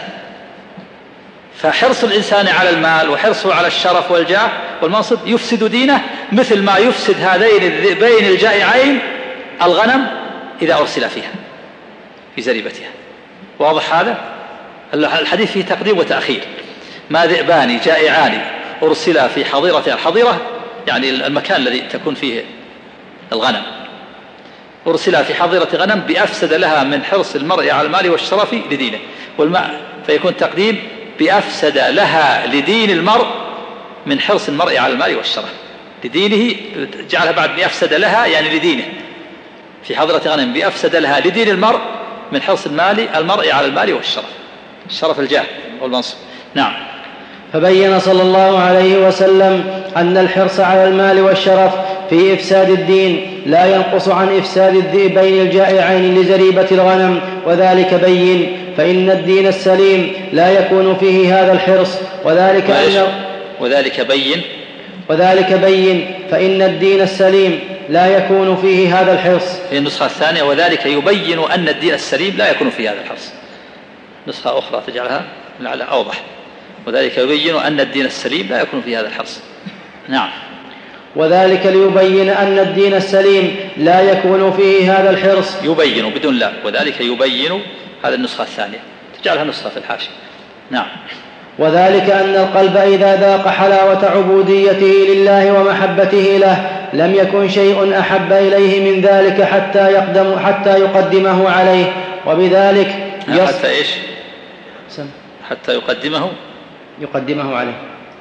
فحرص الإنسان على المال وحرصه على الشرف والجاه والمنصب يفسد دينه مثل ما يفسد هذين الذئبين الجائعين الغنم إذا أرسل فيها في زريبتها. واضح هذا؟ الحديث فيه تقديم وتأخير. ما ذئبان جائعان أرسلا في حظيرة، الحظيرة يعني المكان الذي تكون فيه الغنم، أرسلا في حظيرة غنم بأفسد لها من حرص المرء على المال والشرف لدينه، والماء فيكون تقديم بأفسد لها لدين المرء من حرص المرء على المال والشرف لدينه، جعلها بعد بأفسد لها يعني لدينه في حظيرة غنم بأفسد لها لدين المرء من حرص المال المرء على المال والشرف، الشرف الجاه والمنصب. نعم. فبين صلى الله عليه وسلم أن الحرص على المال والشرف في إفساد الدين لا ينقص عن إفساد الذئبين الجائعين لزريبة الغنم، وذلك بين، فإن الدين السليم لا يكون فيه هذا الحرص، وذلك أن وذلك بين وذلك بين فإن الدين السليم لا يكون فيه هذا الحرص. في النسخة الثانية وذلك يبين أن الدين السليم لا يكون فيه هذا الحرص، نسخة أخرى تجعلها لعل أوضح، وذلك يبين أن الدين السليم لا يكون فيه هذا الحرص. نعم. وذلك ليبين أن الدين السليم لا يكون فيه هذا الحرص. يبين بدون لا، وذلك يبين هذا النسخة الثانية تجعلها نسخة في الحاشية. نعم. وذلك أن القلب إذا ذاق حلاوة عبوديته لله ومحبته له لم يكن شيء أحب إليه من ذلك حتى يقدم حتى يقدمه عليه، وبذلك يص... حتى إيش؟ سم. حتى يقدمه يقدمه عليه.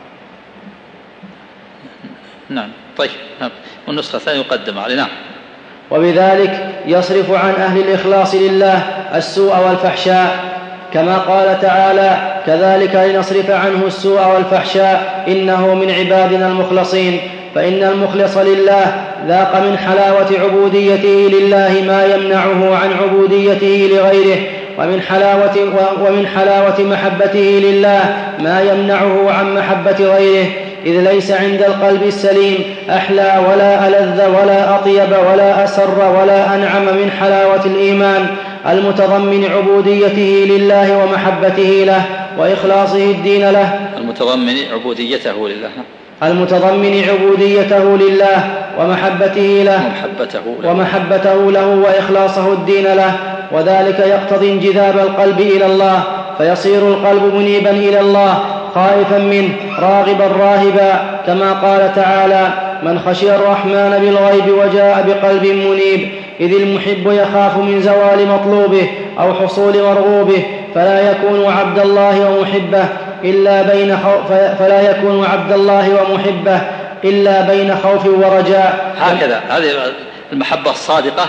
نعم. طيب. نعم. والنسخة الثانية يقدم عليه. نعم. وبذلك يصرف عن أهل الإخلاص لله السوء والفحشاء، كما قال تعالى: كذلك لنصرف عنه السوء والفحشاء إنه من عبادنا المخلصين. فإن المخلص لله ذاق من حلاوة عبوديته لله ما يمنعه عن عبوديته لغيره، ومن حلاوة, ومن حلاوة محبته لله ما يمنعه عن محبة غيره، إذ ليس عند القلب السليم أحلى ولا ألذ ولا أطيب ولا أسر ولا أنعم من حلاوة الإيمان المتضمن عبوديته لله ومحبته له وإخلاصه الدين له المتضمن عبوديته لله المتضمن عبوديته لله ومحبته له ومحبته له, ومحبته له وإخلاصه الدين له، وذلك يقتضي انجذاب القلب إلى الله، فيصير القلب منيبا إلى الله خائفا منه راغبا راهبا، كما قال تعالى: من خشي الرحمن بالغيب وجاء بقلب منيب. إذ المحب يخاف من زوال مطلوبه أو حصول مرغوبه، فلا يكون عبد الله ومحبه إلا بين خوف فلا يكون عبد الله ومحبه إلا بين خوف ورجاء. هكذا هذه المحبة الصادقة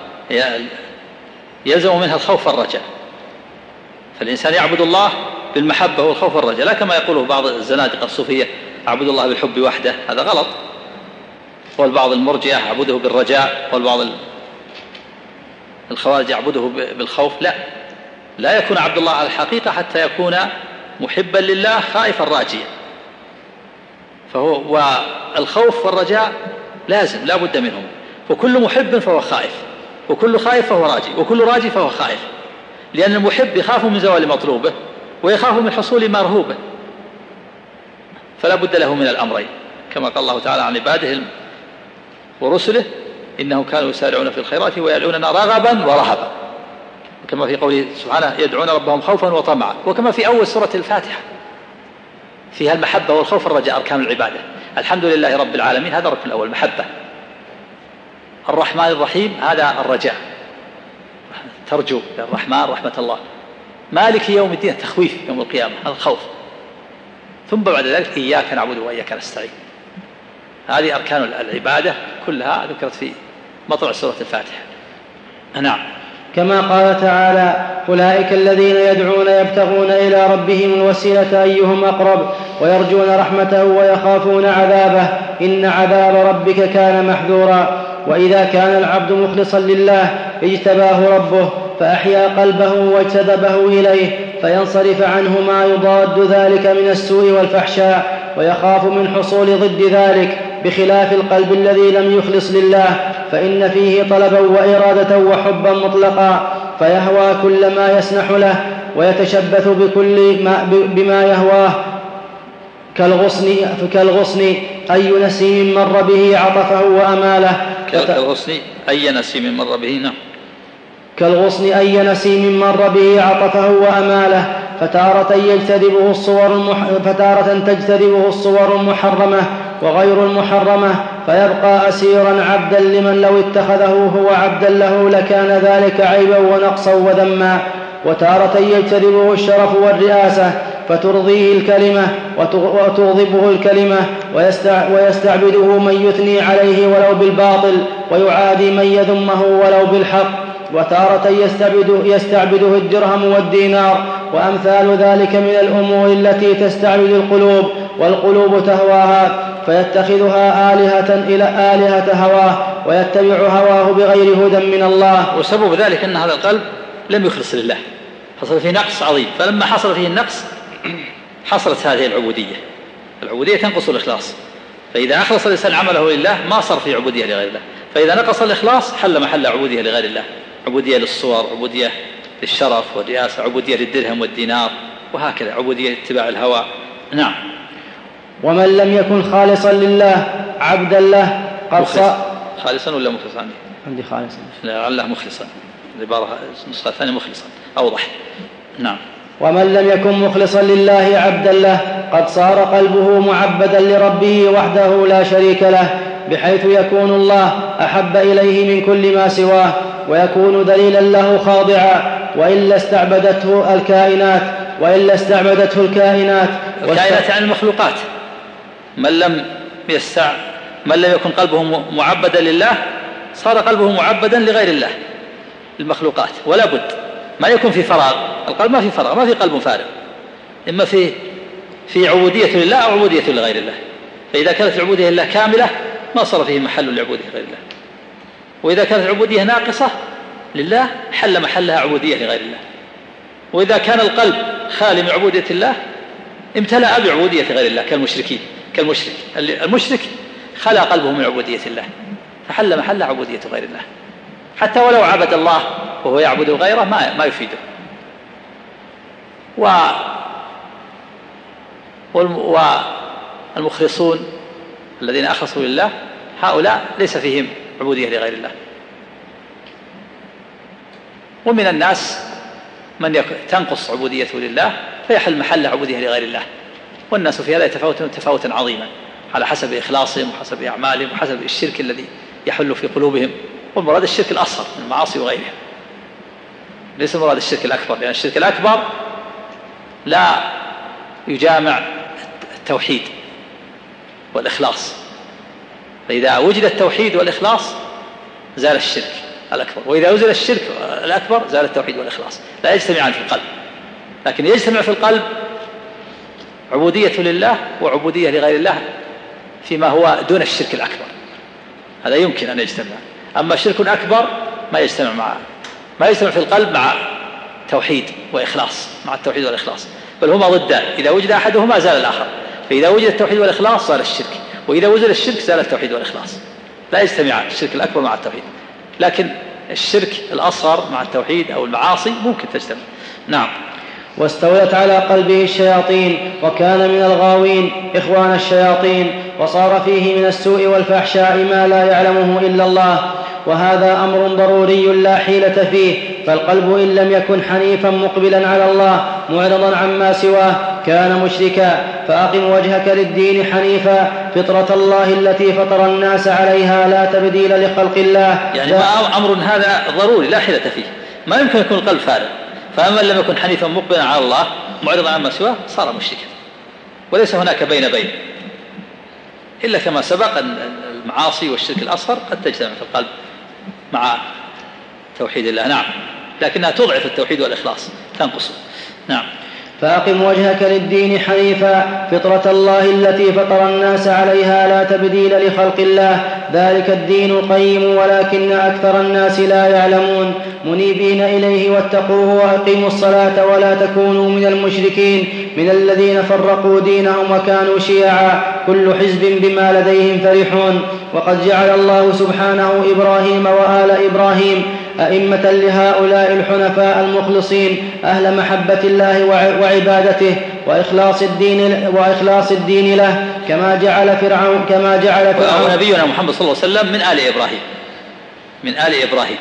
يلزم منها الخوف والرجاء، فالإنسان يعبد الله بالمحبة والخوف والرجاء، لا كما يقوله بعض الزنادقة الصوفية: أعبد الله بالحب وحده، هذا غلط. والبعض المرجئة يعبده بالرجاء، والبعض الخوارج يعبده بالخوف. لا لا يكون عبد الله على الحقيقة حتى يكون محبا لله خائفا راجيا. فهو والخوف والرجاء لازم لا بد منهم، وكل محب فهو خائف، وكل خائف فهو راجي، وكل راجي فهو خائف، لأن المحب يخاف من زوال مطلوبه ويخاف من حصول مرهوبه، فلا بد له من الأمرين، كما قال الله تعالى عن عباده ورسله: إنهم كانوا يسارعون في الخيرات ويدعوننا رغبا ورهبا، كما في قوله سبحانه: يدعون ربهم خوفا وطمعا، وكما في أول سورة الفاتحة فيها المحبة والخوف والرجاء أركان العبادة. الحمد لله رب العالمين هذا الركن الأول محبة، الرحمن الرحيم هذا الرجاء، ترجو للرحمن رحمة الله، مالك يوم الدين تخويف يوم القيامة هذا الخوف، ثم بعد ذلك إياك نعبد وإياك نستعين. هذه أركان العبادة كلها ذكرت في مطلع سورة الفاتحة. نعم. كما قال تعالى: أولئك الذين يدعون يبتغون إلى ربهم الوسيلة أيهم أقرب ويرجون رحمته ويخافون عذابه إن عذاب ربك كان محذورا. وإذا كان العبد مخلصا لله اجتباه ربه فأحيا قلبه واجتذبه إليه، فينصرف عنه ما يضاد ذلك من السوء والفحشاء، ويخاف من حصول ضد ذلك، بخلاف القلب الذي لم يخلص لله، فإن فيه طلبا وإرادة وحبا مطلقا، فيهوى كل ما يسنح له ويتشبث بكل ما بما يهواه، كالغصن, كالغصن أي نسيم مر به عطفه وأماله. كالغصن أي نسيم مر به نعم كالغصن أي نسيم مر به عطفه وأماله، فتارة يجتذبه الصور المح... فتارة تجتذبه الصور المحرمة وغير المحرمة، فيبقى أسيرا عبدا لمن لو اتخذه هو عبدا له لكان ذلك عيبا ونقصا وذما. وتارة يجتذبه الشرف والرئاسة فترضيه الكلمة وتغضبه الكلمة، ويستعبده من يثني عليه ولو بالباطل ويعادي من يذمه ولو بالحق. وتارة يستعبده, يستعبده الدرهم والدينار وأمثال ذلك من الأمور التي تستعبد القلوب، والقلوب تهواها، فيتخذها آلهة إلى آلهة هواه ويتبع هواه بغير هدى من الله. وسبب ذلك أن هذا القلب لم يخلص لله، حصل فيه نقص عظيم، فلما حصل فيه النقص حصلت هذه العبودية. العبودية تنقص الإخلاص، فإذا أخلص الإنسان عمله لله ما صار فيه عبودية لغير الله، فإذا نقص الإخلاص حل محل عبودية لغير الله، عبودية للصور، عبودية للشرف والرئاسة، عبودية للدرهم والدينار، وهكذا عبودية اتباع الهوى. نعم. ومن لم يكن خالصا لله عبدا له قد صار خالصا ولا مخلصا؟ عندي عندي خالصا، لعله مخلصا، العبارة النسخة الثانية مخلصا أوضح. نعم. ومن لم يكن مخلصا لله عبدا له قد صار قلبه معبدا لربه وحده لا شريك له، بحيث يكون الله أحب إليه من كل ما سواه، ويكون دليلا له خاضعا، وإلا استعبدته الكائنات وإلا استعبدته الكائنات الكائنات عن المخلوقات. من لم يستع من لم يكن قلبه معبدا لله صار قلبه معبدا لغير الله، المخلوقات. ولا بد ما يكون في فراغ، القلب ما في فراغ، ما في قلب فارغ، إما في في عبودية لله أو عبودية لغير الله. فإذا كانت العبودية لله كاملة ما صار فيه محل لعبودية غير الله، وإذا كانت العبودية ناقصة لله حل محلها عبودية لغير الله. وإذا كان القلب خالي من عبودية الله امتلأ بعبودية غير الله، كالمشركين كالمشرك المشرك خلى قلبه من عبودية الله فحل محل عبودية غير الله، حتى ولو عبد الله وهو يعبد غيره ما ما يفيده. والمخلصون الذين أخلصوا لله هؤلاء ليس فيهم عبودية لغير الله. ومن الناس من تنقص عبوديته لله فيحل محل عبودية لغير الله، والناس في هذا يتفاوتون تفاوتا عظيما على حسب إخلاصهم وحسب أعمالهم وحسب الشرك الذي يحل في قلوبهم. والمراد الشرك الأصغر من المعاصي وغيرها، ليس مراد الشرك الأكبر، لأن الشرك الأكبر لا يجامع التوحيد والإخلاص، فإذا وجد التوحيد والإخلاص زال الشرك الأكبر، وإذا وجد الشرك الأكبر زال التوحيد والإخلاص، لا يجتمعان في القلب. لكن يجتمع في القلب عبودية لله وعبودية لغير الله فيما هو دون الشرك الأكبر، هذا يمكن أن يجتمع. أما الشرك الأكبر ما يجتمع مع ما يجتمع في القلب مع توحيد وإخلاص، مع التوحيد والإخلاص، بل هما ضدان، إذا وجد أحدهما زال الآخر. فإذا وجد التوحيد والإخلاص زال الشرك، وإذا وجد الشرك زال التوحيد والإخلاص، لا يجتمعان الشرك الأكبر مع التوحيد. لكن الشرك الأصغر مع التوحيد أو المعاصي ممكن تجتمع. نعم. واستولت على قلبه الشياطين وكان من الغاوين إخوان الشياطين، وصار فيه من السوء والفحشاء ما لا يعلمه إلا الله، وهذا أمر ضروري لا حيلة فيه. فالقلب إن لم يكن حنيفا مقبلا على الله معرضا عما سواه كان مشركا. فأقم وجهك للدين حنيفا فطرة الله التي فطر الناس عليها لا تبديل لخلق الله. يعني ما أمر هذا ضروري لا حيلة فيه، ما يمكن يكون القلب فارغ. فأما لم يكن حنيفا مقبلا على الله معرضا عما سواه صار مشركا، وليس هناك بين بين، إلا كما سبق أن المعاصي والشرك الأصغر قد تجتمع في القلب مع توحيد الله. نعم، لكنها تضعف التوحيد والإخلاص، تنقص. نعم. فأقم وجهك للدين حنيفا فطرة الله التي فطر الناس عليها لا تبديل لخلق الله ذلك الدين القيم ولكن أكثر الناس لا يعلمون. منيبين إليه واتقوه وأقيموا الصلاة ولا تكونوا من المشركين من الذين فرقوا دينهم وكانوا شيعا كل حزب بما لديهم فرحون. وقد جعل الله سبحانه إبراهيم وآل إبراهيم أئمة لهؤلاء الحنفاء المخلصين أهل محبة الله وعبادته وإخلاص الدين وإخلاص الدين له، كما جعل فرعون كما جعل فرعون نبينا محمد صلى الله عليه وسلم من آل إبراهيم من آل إبراهيم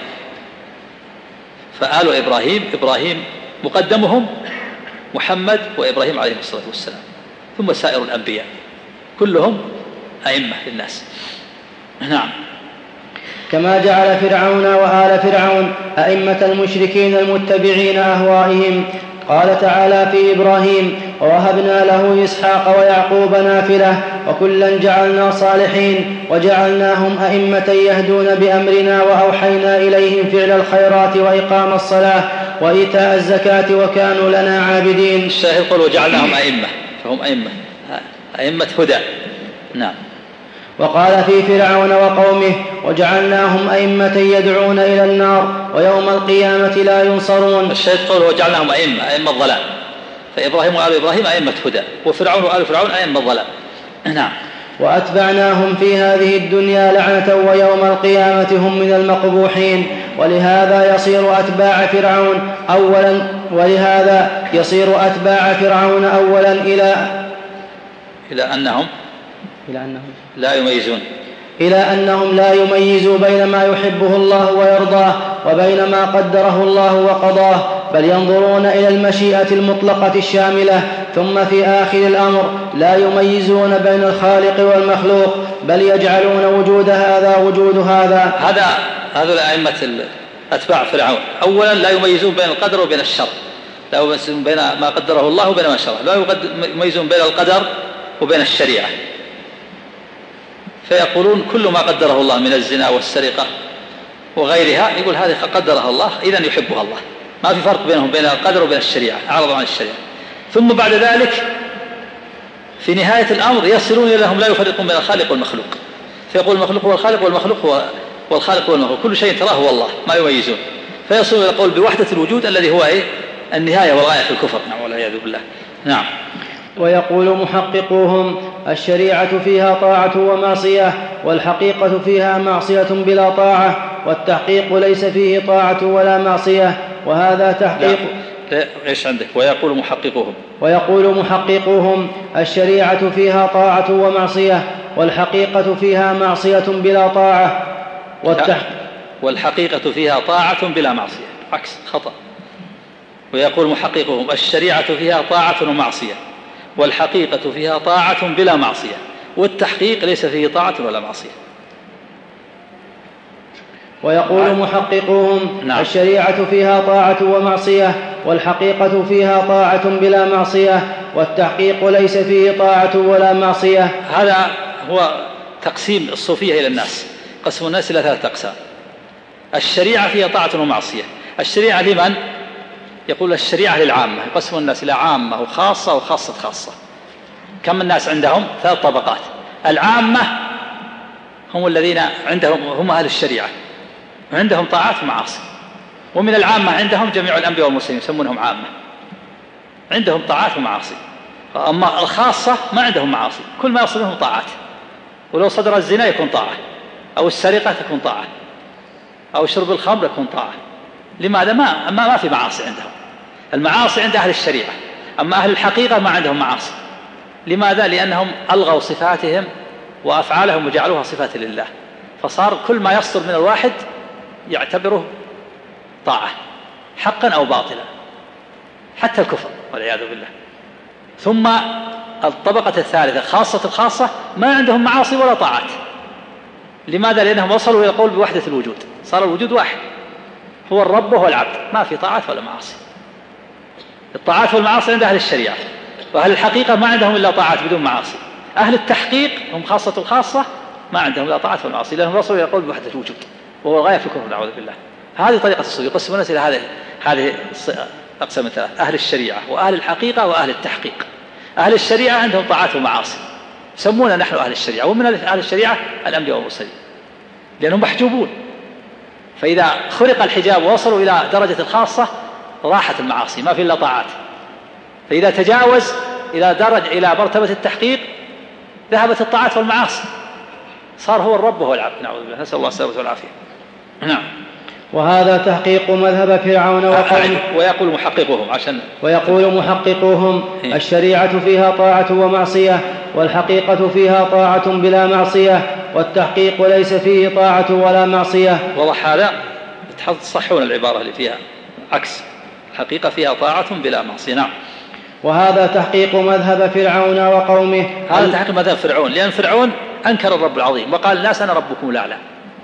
فآل إبراهيم إبراهيم مقدمهم محمد وإبراهيم عليه الصلاة والسلام، ثم سائر الأنبياء كلهم أئمة للناس. نعم. كما جعل فرعون وآل فرعون أئمة المشركين المتبعين أهوائهم. قال تعالى في إبراهيم ووهبنا له إسحاق ويعقوب نافلة وكلا جعلنا صالحين وجعلناهم أئمة يهدون بأمرنا وأوحينا إليهم فعل الخيرات وإقام الصلاة وإيتاء الزكاة وكانوا لنا عابدين. الشاهد قال وجعلناهم أئمة، فهم أئمة أئمة هدى. نعم. وقال في فرعون وقومه وجعلناهم أئمة يدعون إلى النار ويوم القيامة لا ينصرون. الشاهد قوله وجعلناهم أئمة أئمة ضلال، فإبراهيم وآل إبراهيم أئمة هدى، وفرعون وآل فرعون أئمة ضلال. نعم. وأتبعناهم في هذه الدنيا لعنة ويوم القيامة هم من المقبوحين. ولهذا يصير أتباع فرعون أولا ولهذا يصير أتباع فرعون أولا إلى إلى أنهم إلى أنهم لا يميزون إلى أنهم لا يميزوا بين ما يحبه الله ويرضاه وبين ما قدره الله وقضاه، بل ينظرون إلى المشيئة المطلقة الشاملة، ثم في آخر الأمر لا يميزون بين الخالق والمخلوق، بل يجعلون وجود هذا وجود هذا. هذا هذول أئمة أتباع فرعون أولا لا يميزون بين القدر وبين الشر، لا يميزون بين ما قدره الله وبين ما شرعه، لا يميزون بين القدر وبين الشريعة، فيقولون كل ما قدره الله من الزنا والسرقة وغيرها يقول هذه قدرها الله إذن يحبها الله، ما في فرق بينهم بين القدر وبين الشريعة، أعرضوا عن الشريعة. ثم بعد ذلك في نهاية الأمر يصلون إلى أنهم لا يفرقون بين الخالق والمخلوق، فيقول المخلوق هو الخالق والمخلوق هو والخالق هو المخلوق، كل شيء تراه هو الله ما يميزون، فيصلون إلى القول بوحدة الوجود الذي هو إيه؟ النهاية والغاية في الكفر. نعم والعياذ بالله. نعم. ويقول محققوهم الشريعة فيها طاعة ومعصية، والحقيقة فيها معصية بلا طاعة، والتحقيق ليس فيه طاعة ولا معصية، وهذا تحقيق. إيش عندك؟ ويقول محققوهم ويقول محققوهم الشريعة فيها طاعة ومعصية والحقيقة فيها معصية بلا طاعة والتحقيق والحقيقة فيها طاعة بلا معصية، عكس خطأ. ويقول محققهم الشريعة فيها طاعة ومعصية والحقيقة فيها طاعة بلا معصية والتحقيق ليس فيه طاعة ولا معصية. ويقول محققهم نعم. الشريعة فيها طاعة ومعصية والحقيقة فيها طاعة بلا معصية والتحقيق ليس فيه طاعة ولا معصية. هذا هو تقسيم الصوفية إلى الناس، قسم الناس إلى ثلاثة أقسام. الشريعة فيها طاعة ومعصية. الشريعة لمن؟ يقول الشريعة للعامة، يقسم الناس إلى عامة وخاصة وخاصة خاصة. كم الناس عندهم؟ ثلاث طبقات. العامة هم الذين عندهم هم أهل الشريعة وعندهم طاعات ومعاصي، ومن العامة عندهم جميع الأنبياء والمرسلين يسمونهم عامة، عندهم طاعات ومعاصي. أما الخاصة ما عندهم معاصي، كل ما يصل لهم طاعات، ولو صدر الزنا يكون طاعة، أو السرقة تكون طاعة، أو شرب الخمر يكون طاعة. لماذا؟ ما ما ما في معاصي عندهم. المعاصي عند أهل الشريعة، أما أهل الحقيقة ما عندهم معاصي. لماذا؟ لأنهم ألغوا صفاتهم وأفعالهم وجعلوها صفات لله، فصار كل ما يصدر من الواحد يعتبره طاعة حقا أو باطلا، حتى الكفر والعياذ بالله. ثم الطبقة الثالثة خاصة الخاصة ما عندهم معاصي ولا طاعات. لماذا؟ لأنهم وصلوا إلى القول بوحدة الوجود، صار الوجود واحد، هو الرب وهو العبد، ما في طاعات ولا معاصي. الطاعات والمعاصي عند أهل الشريعة، وأهل الحقيقة ما عندهم إلا طاعات بدون معاصي. أهل التحقيق هم خاصة الخاصة ما عندهم إلا طاعات والمعاصي، لأنهم وصلوا إلى القول بوحدة الوجود وهو الغاية في الكفر نعوذ بالله. هذه طريقة الصوفية، يقسمون الناس إلى هذه هذه أقسام ثلاث: أهل الشريعة وأهل الحقيقة وأهل التحقيق. أهل الشريعة عندهم طاعات ومعاصي، سمونا نحن أهل الشريعة، ومن أهل الشريعة الأنبياء والمرسلين لأنهم محجوبون. فإذا خرق الحجاب ووصلوا إلى درجة الخاصة راحت المعاصي، ما في إلا طاعات. فإذا تجاوز إلى درجة إلى مرتبة التحقيق ذهبت الطاعات والمعاصي، صار هو الرب وهو العبد نعوذ بالله، نسأل الله السلامة والعافية. نعم. وهذا تحقيق مذهب فرعون وقومه. ويقول محققوهم عشان ويقول محققوهم الشريعة فيها طاعة ومعصية والحقيقة فيها طاعة بلا معصية والتحقيق ليس فيه طاعة ولا معصية. وضح هذا، تصحون العبارة اللي فيها عكس، الحقيقة فيها طاعة بلا معصية. نعم. وهذا تحقيق مذهب فرعون وقومه. هذا تحقيق مذهب فرعون، لأن فرعون أنكر الرب العظيم وقال الناس أنا ربكم الأعلى،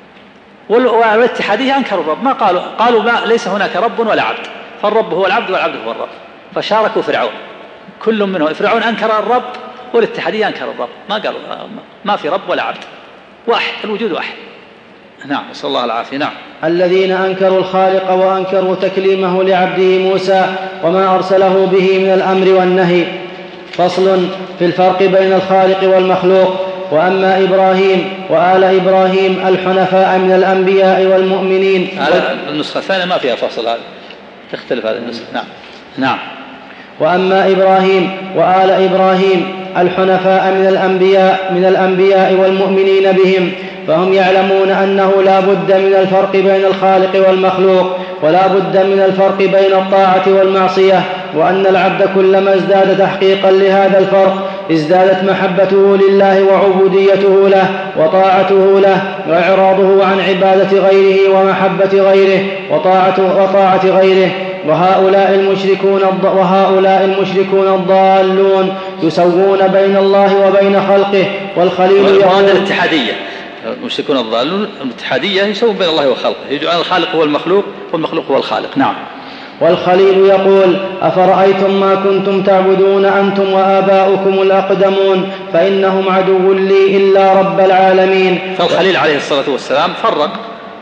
والاتحادية أنكروا الرب، ما قالوا قالوا ما ليس هناك رب ولا عبد، فالرب هو العبد والعبد هو الرب، فشاركوا فرعون كل منهم. فرعون أنكر الرب والاتحادية أنكر الرب، ما قالوا ما في رب ولا عبد، واحد، الوجود واحد. نعم، نسأل الله العافية. نعم. الذين أنكروا الخالق وأنكروا تكليمه لعبده موسى وما أرسله به من الأمر والنهي. فصل في الفرق بين الخالق والمخلوق. وأما إبراهيم وآل إبراهيم الحنفاء من الأنبياء والمؤمنين. هذا النسخة الثانية ما فيها فصل، هذا تختلف هذه النسخة. نعم. نعم. وأما إبراهيم وآل إبراهيم الحنفاء من الأنبياء من الأنبياء والمؤمنين بهم، فهم يعلمون أنه لا بد من الفرق بين الخالق والمخلوق، ولا بد من الفرق بين الطاعة والمعصية، وأن العبد كلما ازداد تحقيقا لهذا الفرق ازدادت محبته لله وعبوديته له وطاعته له وإعراضه عن عبادة غيره ومحبة غيره وطاعة, وطاعة غيره. وهؤلاء المشركون وهؤلاء المشركون الضالون يسوون بين الله وبين خلقه. والخليل يقول الاتحادية، المشركون الضالون الاتحادية يسوون بين الله وخلقه، يجعل الخالق هو المخلوق والمخلوق هو الخالق. نعم. والخليل يقول أفرأيتم ما كنتم تعبدون أنتم وآباؤكم الأقدمون فإنهم عدو لي إلا رب العالمين. فالخليل عليه الصلاة والسلام فرق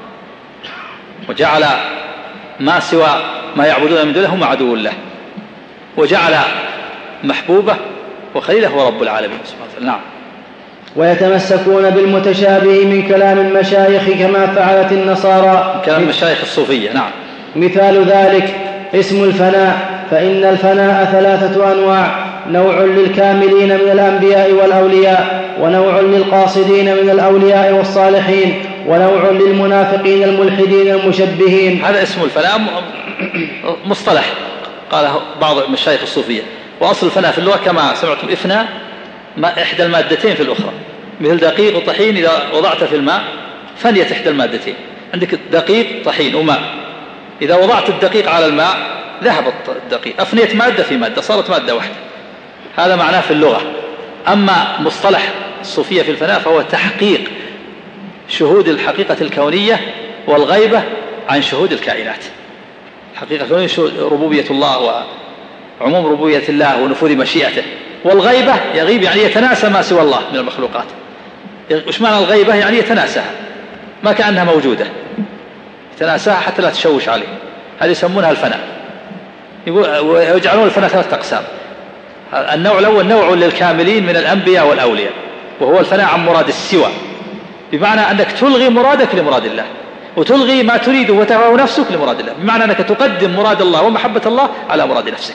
وجعل ما سوى ما يعبدون من دونه هم عدو له، وجعل محبوبه وخليله هو رب العالمين سبحانه وتعالى. نعم. ويتمسكون بالمتشابه من كلام المشايخ كما فعلت النصارى، كلام المشايخ الصوفية. نعم. مثال ذلك اسم الفناء، فإن الفناء ثلاثة أنواع: نوع للكاملين من الأنبياء والأولياء، ونوع للقاصدين من الأولياء والصالحين، ونوع للمنافقين الملحدين المشبهين. هذا اسم الفناء مصطلح قاله بعض مشايخ الصوفية. وأصل الفناء في اللغة كما سمعتم إفناء ما إحدى المادتين في الأخرى، مثل دقيق وطحين إذا وضعت في الماء فنيت إحدى المادتين. عندك دقيق طحين وماء، إذا وضعت الدقيق على الماء ذهب الدقيق، أفنيت مادة في مادة صارت مادة واحدة. هذا معناه في اللغة. أما مصطلح الصوفية في الفناء فهو تحقيق شهود الحقيقة الكونية والغيبة عن شهود الكائنات. حقيقة الكونية ربوبية الله وعموم ربوبية الله ونفوذ مشيئته، والغيبة يغيب يعني يتناسى ما سوى الله من المخلوقات. إيش معنى الغيبة؟ يعني يتناساها ما كأنها موجودة، يتناساها حتى لا تشوش عليه. هذه يسمونها الفناء، ويجعلون الفناء ثلاثة أقسام. النوع الأول نوع للكاملين من الأنبياء والأولياء، وهو الفناء عن مراد السوى، بمعنى أنك تلغي مرادك لمراد الله، وتلغي ما تريده وتهوى نفسك لمراد الله، بمعنى أنك تقدم مراد الله ومحبة الله على مراد نفسك،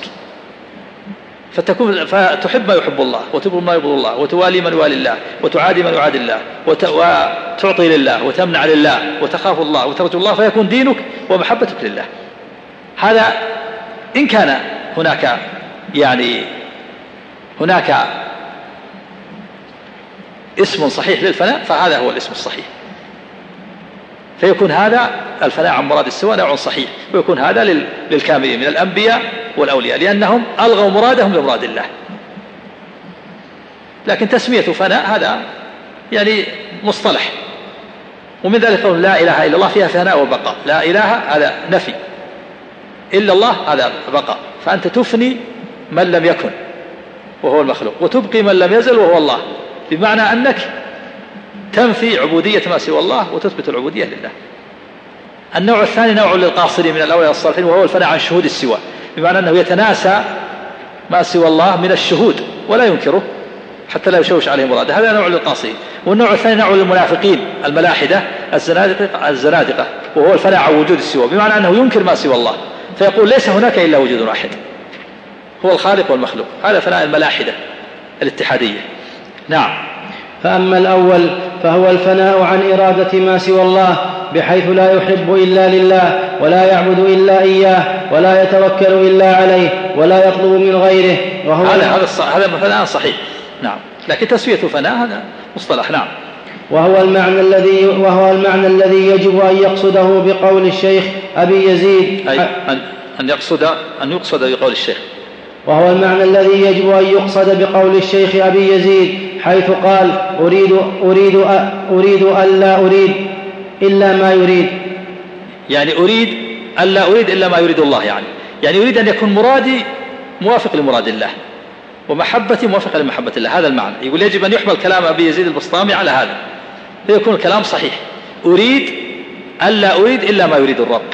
فتكون فتحب ما يحب الله، وتبغض ما يبغض الله، وتوالي من يوالي الله، وتعادي من يعادي الله، وتعطي لله وتمنع لله، وتخاف الله وترجو الله، فيكون دينك ومحبتك لله. هذا إن كان هناك يعني هناك اسم صحيح للفناء فهذا هو الاسم الصحيح، فيكون هذا الفناء عن مراد السوى نوع صحيح، ويكون هذا للكاملين من الأنبياء والأولياء، لأنهم ألغوا مرادهم لمراد الله. لكن تسمية فناء هذا يعني مصطلح، ومن ذلك قول لا إله إلا الله فيها فناء وبقاء. لا إله هذا نفي، إلا الله هذا بقاء، فأنت تفني من لم يكن وهو المخلوق، وتبقي من لم يزل وهو الله، بمعنى أنك تنفي عبودية ما سوى الله وتثبت العبودية لله. النوع الثاني نوع للقاصرين من الأولياء الصالحين، وهو الفناء عن شهود السوى، بمعنى أنه يتناسى ما سوى الله من الشهود ولا ينكره حتى لا يشوش عليه مراده. هذا نوع للقاصرين. والنوع الثاني نوع للمنافقين الملاحدة الزنادقة, الزنادقة وهو الفناء عن وجود السوى، بمعنى أنه ينكر ما سوى الله، فيقول ليس هناك إلا وجود واحد هو الخالق والمخلوق. هذا فناء الملاحدة الاتحادية. نعم. فأما الأول فهو الفناء عن إرادة ما سوى الله، بحيث لا يحب إلا لله، ولا يعبد إلا إياه، ولا يتوكل إلا عليه، ولا يطلب من غيره. وهو هذا هذا هذا فناء صحيح. نعم. لكن تسوية فناء هذا مصطلح. نعم. وهو المعنى الذي وهو المعنى الذي يجب أن يقصده بقول الشيخ أبي يزيد، أي أن يقصد أن يقصد بقول الشيخ وهو المعنى الذي يجب أن يقصد بقول الشيخ أبي يزيد، حيث قال أريد أريد أريد ألا أريد إلا ما يريد. يعني أريد ألا أريد إلا ما يريد الله، يعني يعني أريد أن يكون مرادي موافق لمراد الله، ومحبتي موافقة لمحبة الله. هذا المعنى. يقول يجب أن يحمل كلام أبي يزيد البسطامي على هذا، فيكون الكلام صحيح. أريد ألا أريد إلا ما يريد الرب،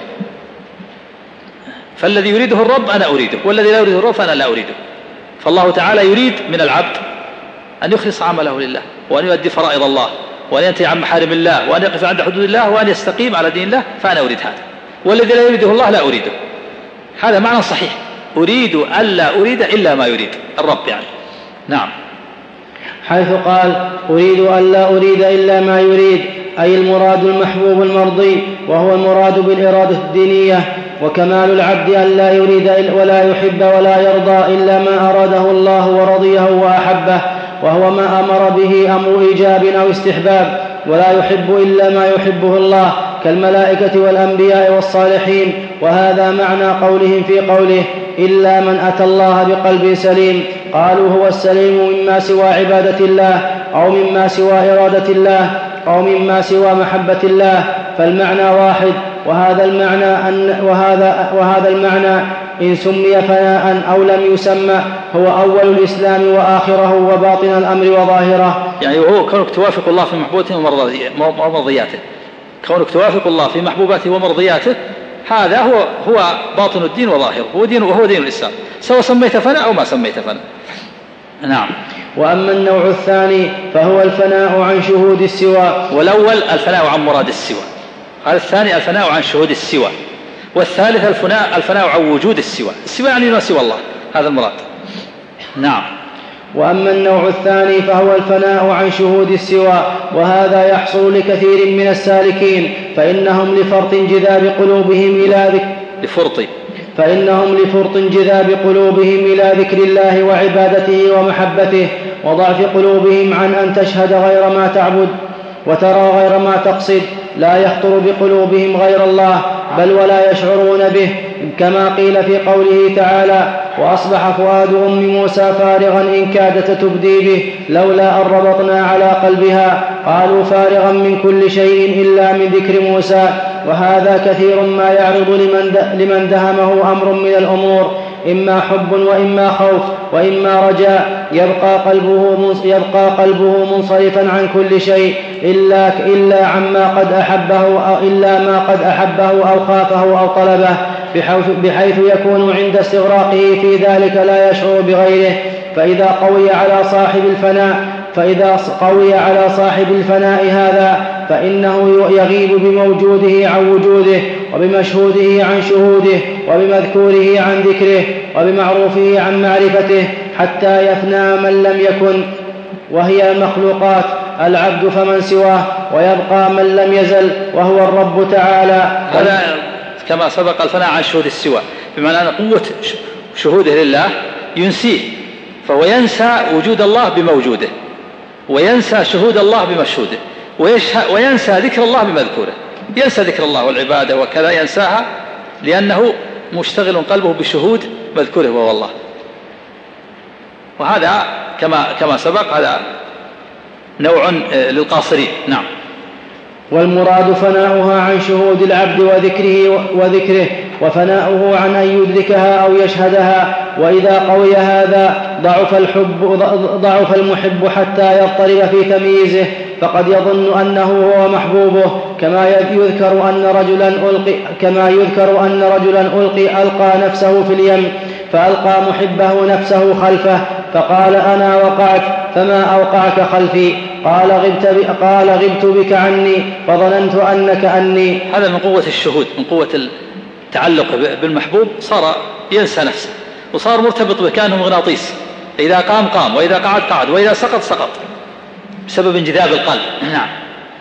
فالذي يريده الرب أنا أريده، والذي لا يريده الرب فأنا لا أريده. فالله تعالى يريد من العبد أن يخلص عمله لله، وأن يؤدي فرائض الله، وأن ينتهي عن محارم الله، وأن يقف عند حدود الله، وأن يستقيم على دين الله، فأنا أريد هذا. والذي لا يريده الله لا أريده. هذا معنى صحيح. أريد ألا أريد إلا ما يريد الرب يعني. نعم. حيث قال أريد ألا أريد إلا ما يريد، أي المراد المحبوب المرضي، وهو المراد بالإرادة الدينية. وكمال العبد أن لا يريد ولا يحب ولا يرضى إلا ما أراده الله ورضيه وأحبه، وهو ما أمر به أمر إيجاب أو استحباب، ولا يحب إلا ما يحبه الله كالملائكة والأنبياء والصالحين. وهذا معنى قولهم في قوله إلا من أتى الله بقلب سليم. قالوا هو السليم مما سوى عبادة الله، أو مما سوى إرادة الله، أو مما سوى محبة الله، فالمعنى واحد. وهذا المعنى أن وهذا وهذا المعنى إن سمي فناء أو لم يسمى هو أول الإسلام وآخره وباطن الأمر وظاهره. يعني هو كونك توافق الله في محبوباته ومرضياته، كونك توافق الله في محبوباته ومرضياته، هذا هو هو باطن الدين وظاهره، هو دين وهو دين الإسلام، سواء سميت فناء أو ما سميت فناء. نعم. وأما النوع الثاني فهو الفناء عن شهود السوى. والأول الفناء عن مراد السوى، هذا الثاني الفناء عن شهود السوى، والثالث الفناء الفناء عن وجود السوى. السوى يعني ما سوى الله، هذا المراد. نعم. وأما النوع الثاني فهو الفناء عن شهود السوى، وهذا يحصل لكثير من السالكين، فإنهم لفرط انجذاب قلوبهم إلى ذكر لفرط فإنهم لفرط انجذاب قلوبهم إلى ذكر الله وعبادته ومحبته، وضعف قلوبهم عن أن تشهد غير ما تعبد وترى غير ما تقصد، لا يخطر بقلوبهم غير الله بل ولا يشعرون به، كما قيل في قوله تعالى: وأصبح فؤاد أم موسى فارغا إن كادت تبدي به لولا أن ربطنا على قلبها. قالوا فارغا من كل شيء إلا من ذكر موسى. وهذا كثير ما يعرض لمن, لمن دهمه أمر من الأمور، إما حب وإما خوف وإما رجاء، يبقى قلبه, يبقى قلبه منصرفا عن كل شيء إلا, إلا عما قد أحبه أو إلا ما قد أحبه أو خافه أو طلبه، بحيث يكون عند استغراقه في ذلك لا يشعر بغيره. فإذا قوي على صاحب الفناء فإذا قوي على صاحب الفناء هذا فإنه يغيب بموجوده عن وجوده، وبمشهوده عن شهوده، وبمذكوره عن ذكره، وبمعروفه عن معرفته، حتى يفنى من لم يكن، وهي المخلوقات، العبد فمن سواه، ويبقى من لم يزل وهو الرب تعالى. هذا كما سبق الفناء عن شهود السوى، بمعنى أن قوة شهوده لله ينسيه، فهو ينسى وجود الله بموجوده، وينسى شهود الله بمشهوده، وينسى ذكر الله بمذكوره. ينسى ذكر الله والعبادة وكذا ينساها لأنه مشتغل قلبه بشهود مذكوره وهو الله. وهذا كما كما سبق هذا نوع للقاصرين. نعم. والمراد فناؤها عن شهود العبد وذكره, وذكره وفناؤه عن أن يدركها أو يشهدها. وإذا قوي هذا ضعف الحب ضعف المحب حتى يضطرب في تمييزه، فقد يظن أنه هو محبوبه، كما يذكر أن رجلا ألقي كما يذكر أن رجلا ألقي ألقى نفسه في اليم فألقى محبه نفسه خلفه فقال: أنا وقعت فما أوقعك خلفي؟ قال غبت, قال غبت بك عني فظننت أنك أني. هذا من قوة الشهود، من قوة التعلق بالمحبوب، صار ينسى نفسه وصار مرتبط به كأنه مغناطيس، إذا قام قام، وإذا قعد قعد، وإذا سقط سقط، بسبب انجذاب القلب. نعم.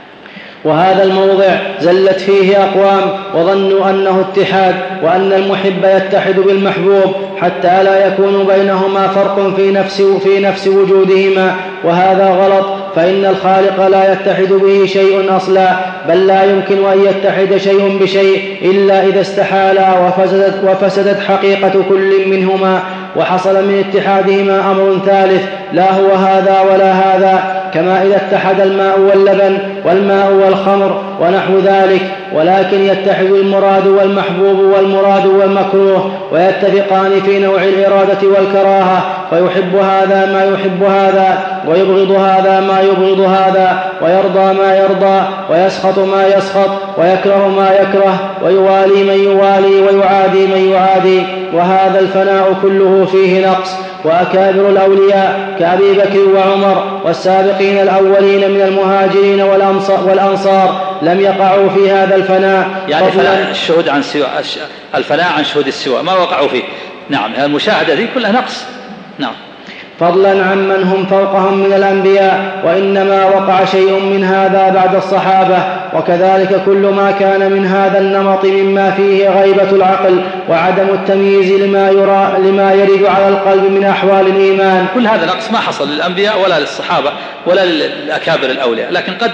وهذا الموضع زلت فيه أقوام وظنوا أنه اتحاد، وأن المحب يتحد بالمحبوب حتى لا يكون بينهما فرق في نفس, في نفس وجودهما، وهذا غلط، فإن الخالق لا يتحد به شيء أصلا، بل لا يمكن أن يتحد شيء بشيء إلا إذا استحالا وفسدت, وفسدت حقيقة كل منهما، وحصل من اتحادهما أمر ثالث لا هو هذا ولا هذا، كما إذا اتحد الماء واللبن والماء والخمر ونحو ذلك. ولكن يتحد المراد والمحبوب والمراد والمكروه، ويتفقان في نوع الإرادة والكراهة، فيحب هذا ما يحب هذا، ويبغض هذا ما يبغض هذا، ويرضى ما يرضى، ويسخط ما يسخط، ويكره ما يكره، ويوالي من يوالي، ويعادي من يعادي. وهذا الفناء كله فيه نقص. وأكابر الأولياء كأبي بكر وعمر والسابقين الأولين من المهاجرين والأنصار لم يقعوا في هذا الفناء، يعني فناء الشهود عن سوى الفناء عن شهود السوى ما وقعوا فيه. نعم. المشاهدة ذي كلها نقص. نعم. فضلا عن من هم فوقهم من الأنبياء، وإنما وقع شيء من هذا بعد الصحابة. وكذلك كل ما كان من هذا النمط مما فيه غيبة العقل وعدم التمييز لما, يرى لما يرد على القلب من أحوال الإيمان، كل هذا نقص ما حصل للأنبياء ولا للصحابة ولا للأكابر الأولياء، لكن قد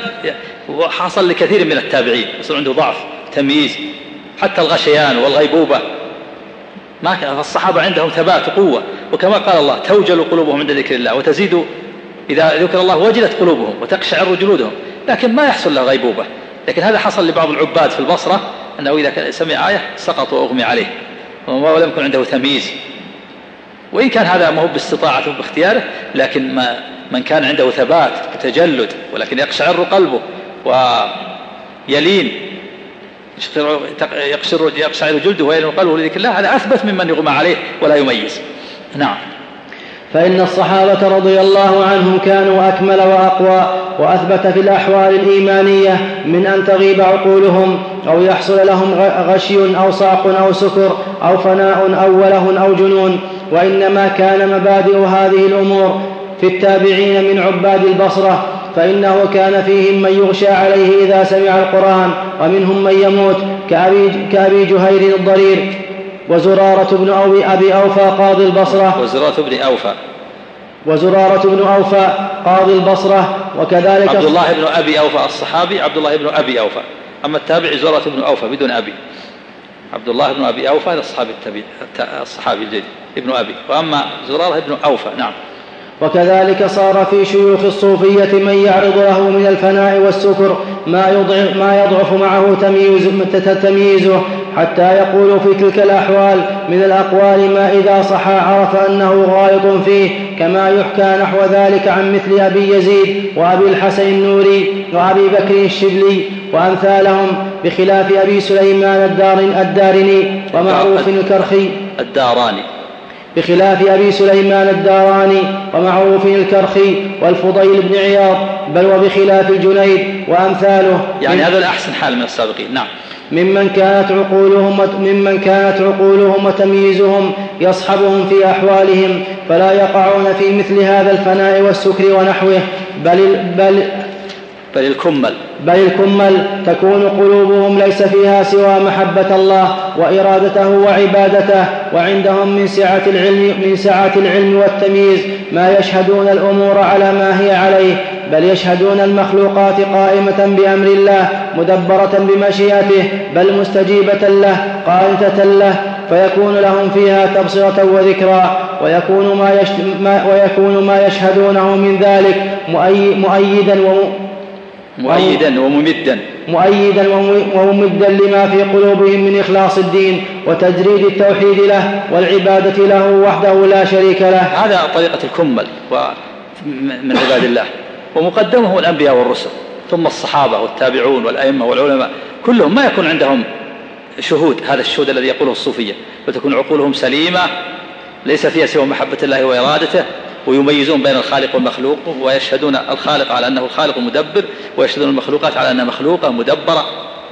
حصل لكثير من التابعين، يصير عنده ضعف تمييز، حتى الغشيان والغيبوبة ما كان. فالصحابة عندهم ثبات وقوة، وكما قال الله: توجل قلوبهم عند ذكر الله، وتزيد إذا ذكر الله وجلت قلوبهم وتقشعر جلودهم، لكن ما يحصل له غيبوبة. لكن هذا حصل لبعض العباد في البصرة، أنه إذا سمع آية سقط وأغمي عليه ولم يكن عنده تمييز. وإن كان هذا ما هو باستطاعته باختياره، لكن ما من كان عنده ثبات وتجلد ولكن يقشعر قلبه ويلين يقشعر يقشعر جلده ويلين قلبه لذكر الله، هذا أثبت ممن يغمى عليه ولا يميز. نعم. فإن الصحابة رضي الله عنهم كانوا أكمل وأقوى وأثبت في الأحوال الإيمانية من أن تغيب عقولهم أو يحصل لهم غشي أو صعق أو سكر أو فناء أو وله أو جنون. وإنما كان مبادئ هذه الأمور في التابعين من عباد البصرة، فإنه كان فيهم من يغشى عليه إذا سمع القرآن، ومنهم من يموت كأبي, كأبي جهير الضرير وزرارة بن أبي أوفى قاضي البصرة وزرارة بن أوفى وزرارة بن أوفى قاضي البصرة وكذلك عبد الله بن أبي أوفى الصحابي عبد الله بن أبي أوفى. أما التابعي زرارة بن أوفى بدون أبي. عبد الله بن أبي أوفى هذا الصحابي التابعي الصحابي الجليل ابن أبي، وأما زرارة بن أوفى. نعم. وكذلك صار في شيوخ الصوفية من يعرض له من الفناء والسكر ما يضعف, ما يضعف معه تمييز تمييزه، حتى يقول في تلك الأحوال من الأقوال ما إذا صح عرف أنه غائط فيه، كما يحكى نحو ذلك عن مثل أبي يزيد وأبي الحسن النوري وأبي بكر الشبلي وأمثالهم، بخلاف أبي سليمان الدارني ومعروف الكرخي الداراني بخلاف أبي سليمان الداراني ومعروف الكرخي والفضيل بن عياض، بل وبخلاف الجنيد وأمثاله، يعني هذا الأحسن حال من السابقين. نعم. ممن كانت عقولهم ممن كانت عقولهم وتمييزهم يصحبهم في أحوالهم، فلا يقعون في مثل هذا الفناء والسكر ونحوه، بل بل بل الكمل بل الكمل تكون قلوبهم ليس فيها سوى محبة الله وإرادته وعبادته، وعندهم من سعة العلم من سعة العلم والتمييز ما يشهدون الأمور على ما هي عليه، بل يشهدون المخلوقات قائمة بأمر الله مدبرة بمشيئته، بل مستجيبة له قانتة له، فيكون لهم فيها تبصرة وذكرى، ويكون ما, يش... ما ويكون ما يشهدونه من ذلك مؤيدا و... مؤيدا وممدا مؤيدا وممدا لما في قلوبهم من إخلاص الدين وتجريد التوحيد له والعبادة له وحده لا شريك له. هذا طريقة الكمل من عباد الله، ومقدمه الأنبياء والرسل، ثم الصحابة والتابعون والأئمة والعلماء، كلهم ما يكون عندهم شهود، هذا الشهود الذي يقوله الصوفية، وتكون عقولهم سليمة ليس فيها سوى محبة الله وإرادته، ويميزون بين الخالق والمخلوق، ويشهدون الخالق على أنه الخالق المدبر، ويشهدون المخلوقات على أنها مخلوقة مدبرة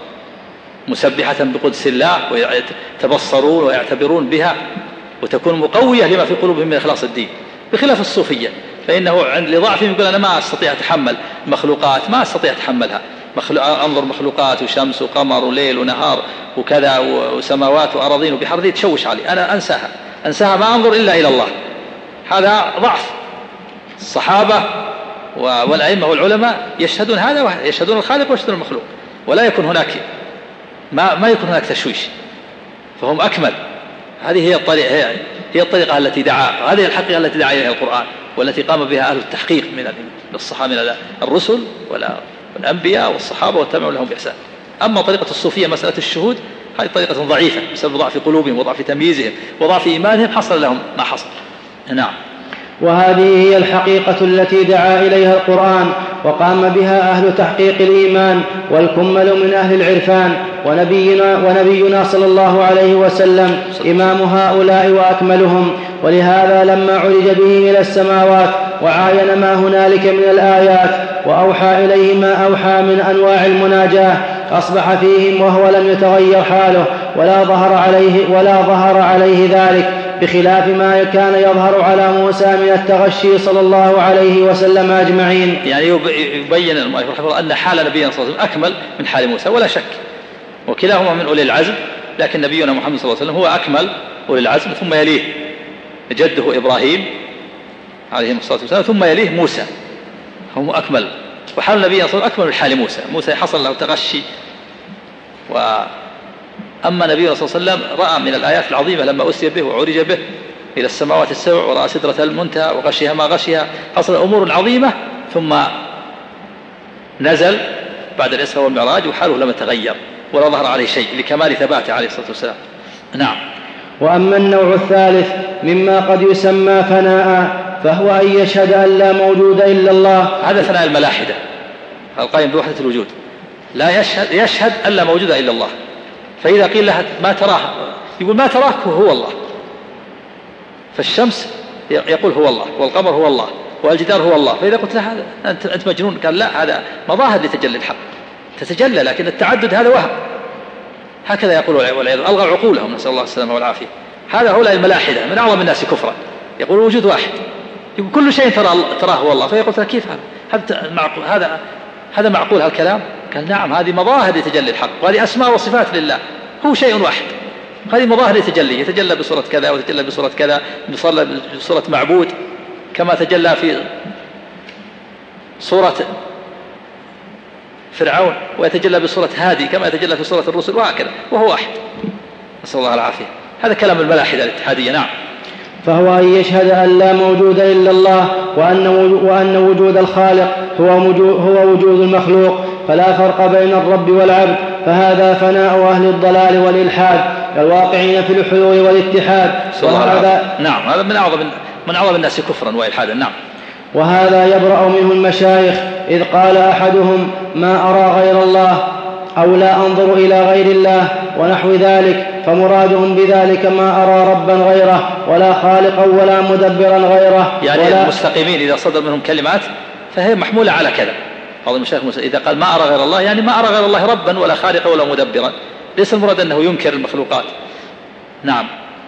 مسبحة بقدس الله، ويتبصرون ويعتبرون بها، وتكون مقوية لما في قلوبهم من إخلاص الدين، بخلاف الصوفية فإنه عند لضعفهم يقول أنا ما أستطيع أتحمل مخلوقات، ما أستطيع أتحملها، أنظر مخلوقات وشمس وقمر وليل ونهار وكذا وسماوات وأراضين وبحر، ذي تشوش علي، أنا أنساها أنساها ما أنظر إلا إلى الله. هذا ضعف. الصحابة والأئمة والعلماء يشهدون هذا، يشهدون الخالق ويشهدون المخلوق، ولا يكون هناك ما ما يكون هناك تشويش، فهم أكمل. هذه هي الطريقة هي, هي الطريقة التي دعا هذه الحقيقة التي دعا إليها القرآن، والتي قام بها أهل التحقيق من الصحابة من الرسل والأنبياء والصحابة والتابعون لهم بإحسان. أما طريقة الصوفية مسألة الشهود هذه طريقة ضعيفة بسبب ضعف قلوبهم وضعف تمييزهم وضعف إيمانهم، حصل لهم ما حصل. نعم. وهذه هي الحقيقة التي دعا إليها القرآن وقام بها أهل تحقيق الإيمان والكمل من أهل العرفان، ونبينا, ونبينا صلى الله عليه وسلم إمام هؤلاء وأكملهم. ولهذا لما عرج به إلى السماوات وعاين ما هنالك من الآيات وأوحى إليه ما أوحى من أنواع المناجاة، أصبح فيهم وهو لم يتغير حاله ولا ظهر عليه, ولا ظهر عليه ذلك، بخلاف ما كان يظهر على موسى من التغشي صلى الله عليه وسلم أجمعين. يعني يبين المؤلف رحمه الله أن حال نبينا صلى الله عليه وسلم أكمل من حال موسى ولا شك، وكلاهما من أولي العزم، لكن نبينا محمد صلى الله عليه وسلم هو أكمل أولي العزم، ثم يليه جده إبراهيم عليه الصلاة والسلام، ثم يليه موسى، هم أكمل. وحال نبينا صلى الله عليه وسلم أكمل من حال موسى. موسى حصل له تغشي، وأما نبينا صلى الله عليه وسلم رأى من الآيات العظيمة لما أسري به وعرج به إلى السماوات السبع ورأى سدرة المنتهى وغشيها ما غشيها، حصل أمور عظيمة، ثم نزل بعد الإسراء والمعراج وحاله لم يتغير ولا ظهر عليه شيء لكمال ثباته عليه الصلاة والسلام. نعم. وأما النوع الثالث مما قد يسمى فناء فهو أن يشهد أن لا موجود إلا الله. هذا فناء الملاحدة القائم بوحدة الوجود، لا يشهد يشهد أن لا موجود إلا الله. فإذا قيل له ما تراه يقول ما تراك هو الله، فالشمس يقول هو الله، والقمر هو الله، والجدار هو الله. فإذا قلت له هذا أنت أنت مجنون، قال لا، هذا مظاهر لتجلي الحق، تتجلى، لكن التعدد هذا وهم. هكذا يقول والعياذ، ألغى عقولهم، نسأل الله السلامة والعافية. هذا هؤلاء الملاحدة من أعظم الناس كفرا، يقول وجود واحد، يقول كل شيء ترى تراه هو الله. فيقول له كيف هذا معقول؟ هذا هذا معقول هالكلام؟ قال نعم، هذه مظاهر لتجلي الحق، وهذه أسماء وصفات لله، هو شيء واحد هذه مظاهر يتجلي، يتجلى بصورة كذا ويتجلى بصورة كذا، بصورة معبود كما تجلى في صورة فرعون، ويتجلى بصورة هادي كما يتجلى في صورة الرسل، وهكذا، وهو واحد. نسأل الله العافية. هذا كلام الملاحدة الاتحادية. نعم. فهو أن يشهد أن لا موجود إلا الله، وأن وأن وجود الخالق هو هو وجود المخلوق، فلا فرق بين الرب والعبد، فهذا فناء أهل الضلال والإلحاد الواقعين في الحلول والاتحاد. وهذا نعم هذا من أعظم من أعظم الناس كفرا وإلحادا. نعم. وهذا يبرأ منه المشايخ، إذ قال أحدهم: ما أرى غير الله، أو لا أنظر إلى غير الله، ونحو ذلك، فمرادهم بذلك ما أرى ربا غيره، ولا خالقا ولا مدبرا غيره. يعني ولا المستقيمين إذا صدر منهم كلمات فهي محمولة على كذا. بعض المشايخ إذا قال ما أرى غير الله يعني ما أرى غير الله ربا ولا خالقا ولا مدبرا، ليس المراد أنه ينكر المخلوقات. نعم.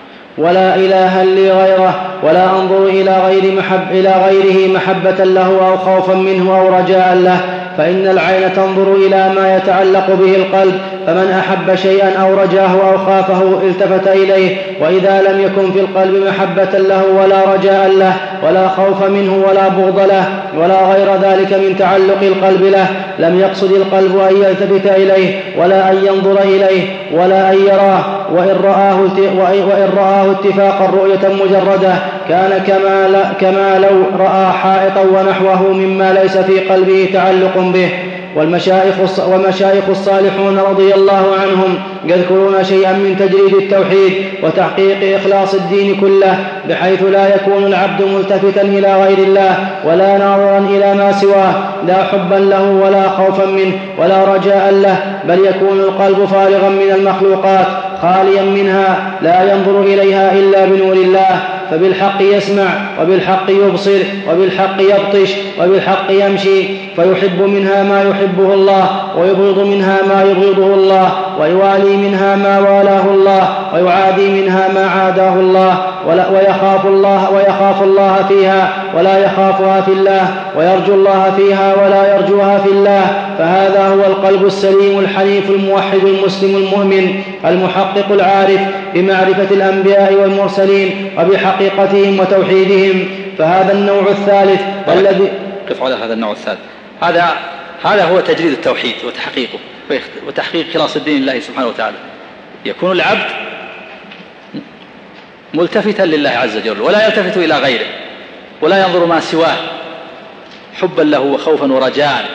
ولا إله لي غيره، ولا أنظر إلى غير محب إلى غيره محبة له أو خوفا منه أو رجاء له، فإن العين تنظر إلى ما يتعلق به القلب، فمن أحب شيئا أو رجاه أو خافه التفت إليه، وإذا لم يكن في القلب محبة له ولا رجاء له ولا خوف منه ولا بغض له ولا غير ذلك من تعلق القلب له، لم يقصد القلب أن يلتفت إليه ولا أن ينظر إليه ولا أن يراه، وإن رآه, وإن رآه اتفاقا رؤية مجردة كان كما, كما لو رأى حائطا ونحوه مما ليس في قلبه تعلق به. والمشايخ ومشايخ الصالحون رضي الله عنهم يذكرون شيئا من تجريد التوحيد وتحقيق إخلاص الدين كله، بحيث لا يكون العبد ملتفتا إلى غير الله ولا ناظرا إلى ما سواه، لا حبا له ولا خوفا منه ولا رجاء له، بل يكون القلب فارغا من المخلوقات خاليا منها، لا ينظر إليها إلا بنور الله، فبالحق يسمع وبالحق يبصر وبالحق يبطش وبالحق يمشي، فيحب منها ما يحبه الله ويبغض منها ما يبغضه الله، ويوالي منها ما والاه الله ويعادي منها ما عاداه الله، ويخاف الله ويخاف الله فيها ولا يخافها في الله، ويرجو الله فيها ولا يرجوها في الله. فهذا هو القلب السليم الحنيف الموحد المسلم المؤمن المحقق العارف بمعرفة الأنبياء والمرسلين وبحقيقتهم وتوحيدهم. فهذا النوع الثالث الذي قف على هذا النوع الثالث، هذا هذا هو تجريد التوحيد وتحقيقه وتحقيق خلاص الدين لله سبحانه وتعالى. يكون العبد ملتفتا لله عز وجل ولا يلتفت إلى غيره ولا ينظر ما سواه، حبا له وخوفا ورجاء،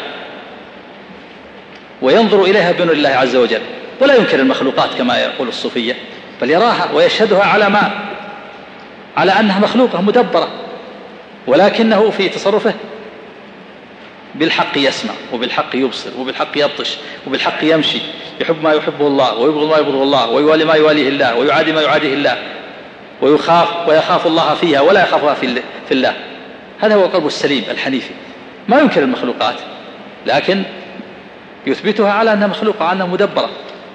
وينظر إليها بنور الله عز وجل، ولا ينكر المخلوقات كما يقول الصوفية، بل يراها ويشهدها على ما على أنها مخلوقة مدبرة، ولكنه في تصرفه بالحق يسمع وبالحق يبصر وبالحق يبطش وبالحق يمشي، يحب ما يحبه الله ويبغض ما يبغضه الله ويوالي ما يواليه الله ويعادي ما يعاديه الله، ويخاف ويخاف الله فيها ولا يخافها في الله. هذا هو القلب السليم الحنيفي، ما ينكر المخلوقات لكن يثبتها على أنها مخلوقة، على أنها مدبرة،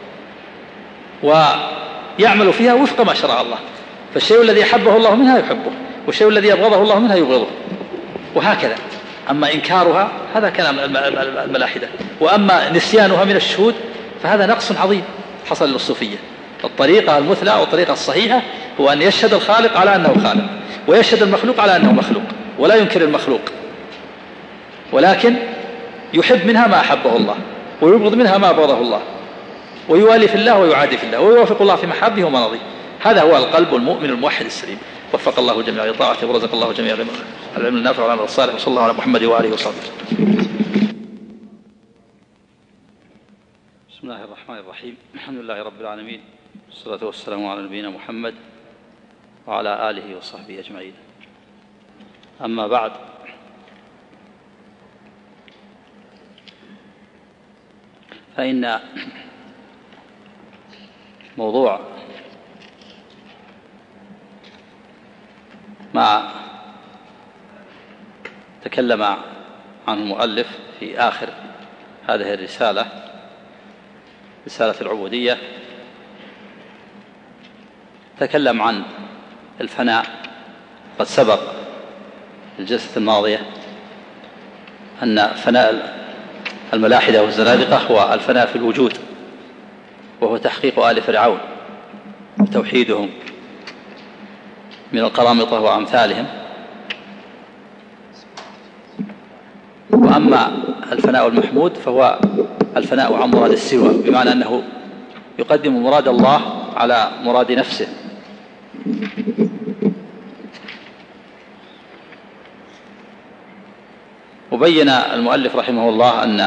ويعمل فيها وفق ما شرع الله. فالشيء الذي أحبه الله منها يحبه، والشيء الذي أبغضه الله منها يبغضه، وهكذا. أما إنكارها هذا كلام الملاحدة، وأما نسيانها من الشهود فهذا نقص عظيم حصل للصوفية. الطريقة المثلى والطريقة الصحيحة هو أن يشهد الخالق على أنه خالق، ويشهد المخلوق على أنه مخلوق، ولا ينكر المخلوق، ولكن يحب منها ما أحبه الله ويبغض منها ما أبغضه الله، ويوالي في الله ويعادي في الله، ويوافق الله في محبه ومراضيه. هذا هو القلب المؤمن الموحد السليم. وفق الله جميعا لطاعته ورزق الله جميعا العلم النافع والعمل الصالح، وصلى الله على محمد وآله وصحبه. بسم الله الرحمن الرحيم، الحمد لله رب العالمين، والصلاة والسلام على نبينا محمد وعلى آله وصحبه أجمعين. أما بعد، فإن موضوع ما تكلم عنه المؤلف في آخر هذه الرسالة، رسالة العبودية، تكلم عن الفناء. قد سبق الجلسة الماضية أن فناء الملاحدة والزنادقة هو الفناء في الوجود، وهو تحقيق آل فرعون، وتوحيدهم من القرامطة وأمثالهم. وأما الفناء المحمود فهو الفناء عن مراد السوى، بمعنى أنه يقدم مراد الله على مراد نفسه. وبين المؤلف رحمه الله أن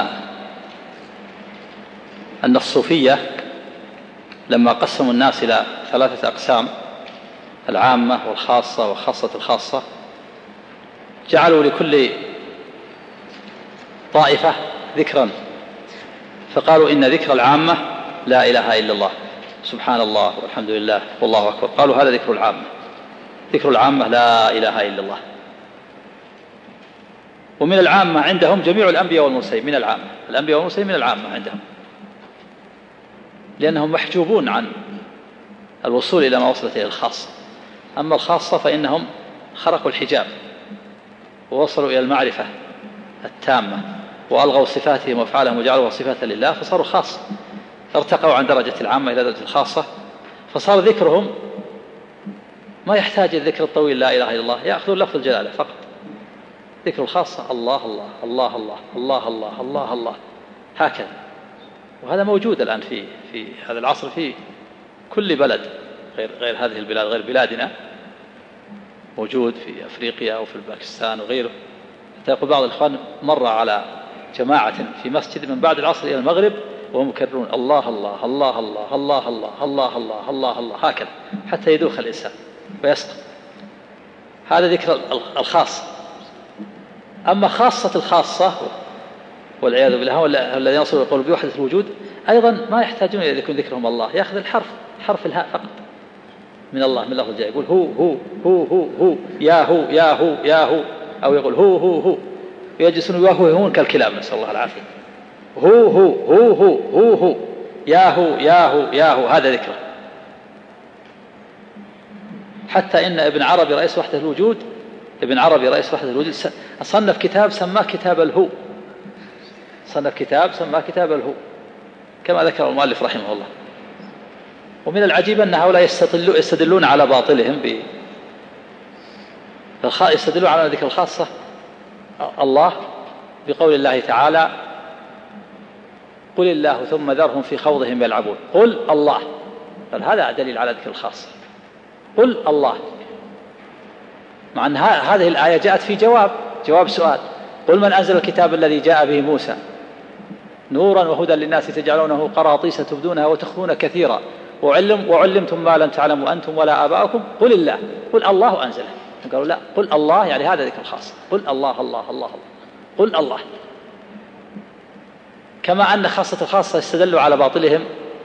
أن الصوفية لما قسموا الناس إلى ثلاثة أقسام، العامة والخاصة وخاصة الخاصة، جعلوا لكل طائفة ذكرا، فقالوا إن ذكر العامة لا إله إلا الله، سبحان الله والحمد لله والله أكبر، قالوا هذا ذكر العامة. ذكر العامة لا إله إلا الله. ومن العامة عندهم جميع الأنبياء والمرسلين، من العامة الأنبياء والمرسلين من العامة عندهم، لأنهم محجوبون عن الوصول إلى ما وصلت إلى الخاصة. أما الخاصة فإنهم خرقوا الحجاب ووصلوا إلى المعرفة التامة وألغوا صفاتهم وأفعالهم وجعلوا صفاتا لله، فصاروا خاصة، ارتقوا عن درجة العامة إلى درجة الخاصة، فصار ذكرهم ما يحتاج الذكر الطويل لا إله إلا الله، يأخذون لفظ الجلالة فقط. ذكر الخاصة الله الله الله الله الله الله الله الله هكذا. وهذا موجود الآن في في هذا العصر في كل بلد غير غير هذه البلاد، غير بلادنا، موجود في أفريقيا أو في باكستان وغيره. يقول بعض الإخوان مر على جماعة في مسجد من بعد العصر إلى المغرب وهم يكررون الله الله الله الله الله الله الله الله الله الله هكذا حتى يدوخ الإنسان ويسقط. هذا ذكر الخاص. أما خاصة الخاصة والعياذ بالله الذين يصلوا يقولوا بوحدة الوجود أيضا ما يحتاجون إلى يكون ذكرهم الله، يأخذ الحرف حرف الهاء فقط من الله، من الله الجاي، يقول هو هو هو هو هو يا هو يا هو يا هو، أو يقول هو هو هو، يجلسون يوهوهون كالكلاب، نسأل الله العافية. هو هو هو هو هو هو يا هو يا هو يا هو، هذا ذكره. حتى إن ابن عربي رئيس وحدة الوجود ابن عربي رئيس وحدة الوجود صنف كتاب سماه كتاب الهو، صنف كتاب سماه كتاب الهو كما ذكر المؤلف رحمه الله. ومن العجيب أن هؤلاء يستدلون على باطلهم ب يستدلون على ذكر الخاصة الله بقول الله تعالى قل الله ثم ذرهم في خوضهم يلعبون. قل الله، هذا دليل على ذكر الخاصة. قل الله، مع أن هذه الآية جاءت في جواب جواب سؤال. قل من أنزل الكتاب الذي جاء به موسى نورا وهدى للناس تجعلونه قراطيس تبدونها وتخفون كثيرا وعلم وعلمتم ما لم تعلموا أنتم ولا آباؤكم قل الله. قل الله أنزله. قالوا لا، قل الله يعني هذا ذكر الخاص. قل الله الله الله الله قل الله. كما أن خاصة الخاصة استدلوا على باطلهم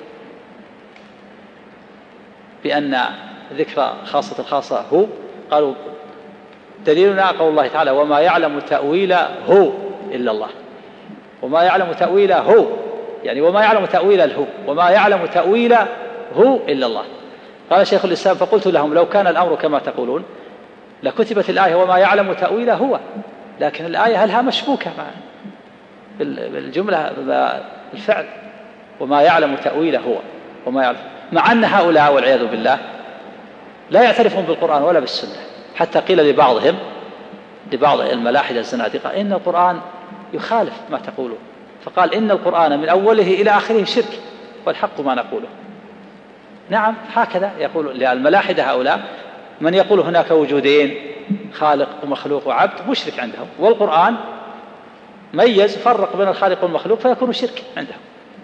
بأن ذكر خاصة الخاصة هو، قالوا دليلنا قول الله تعالى وما يعلم تأويل هو إلا الله. وما يعلم تأويل هو يعني وما يعلم تأويل الهو وما يعلم تأويل هو إلا الله. قال شيخ الإسلام فقلت لهم لو كان الأمر كما تقولون لكتبت الآية وما يعلم تأويله هو، لكن الآية هلها مشبوكة مع بالجملة الفعل وما يعلم تأويله هو وما يعلم، مع أن هؤلاء والعياذ بالله لا يعترفون بالقرآن ولا بالسنة. حتى قيل لبعضهم لبعض الملاحدة الزنادقة إن القرآن يخالف ما تقوله، فقال إن القرآن من أوله إلى آخره شرك والحق ما نقوله. نعم هكذا يقول الملاحدة هؤلاء، من يقول هناك وجودين خالق ومخلوق وعبد مشرك عندهم، والقرآن ميز فرق بين الخالق والمخلوق فيكون شرك عندهم.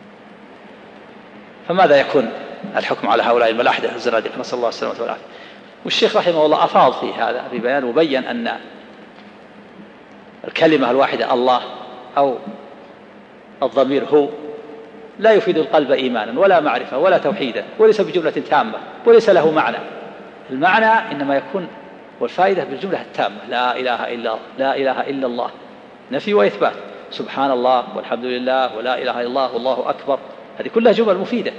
فماذا يكون الحكم على هؤلاء الملاحدة الزنادقة؟ نسأل الله السلامة والعافية. والشيخ رحمه الله أفاض في هذا في بيان وبين أن الكلمة الواحدة الله أو الضمير هو لا يفيد القلب إيمانا ولا معرفة ولا توحيدا، وليس بجملة تامة وليس له معنى. المعنى إنما يكون والفائدة بالجملة التامة لا إله إلا لا إله إلا الله، نفي وإثبات، سبحان الله والحمد لله ولا إله إلا الله والله أكبر، هذه كلها جمل مفيدة.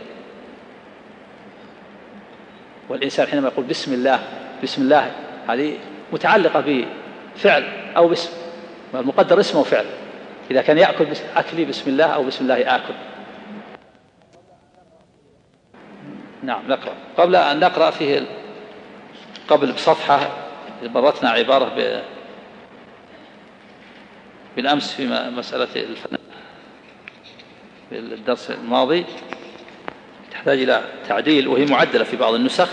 والإنسان حينما يقول بسم الله بسم الله هذه متعلقة بفعل أو باسم، المقدر اسمه وفعل. إذا كان يأكل أكلي بسم الله أو بسم الله آكل. نعم نقرأ. قبل أن نقرأ فيه قبل بصفحة مرتنا عبارة ب... بالأمس في مسألة الفناء في الدرس الماضي، تحتاج إلى تعديل وهي معدلة في بعض النسخ.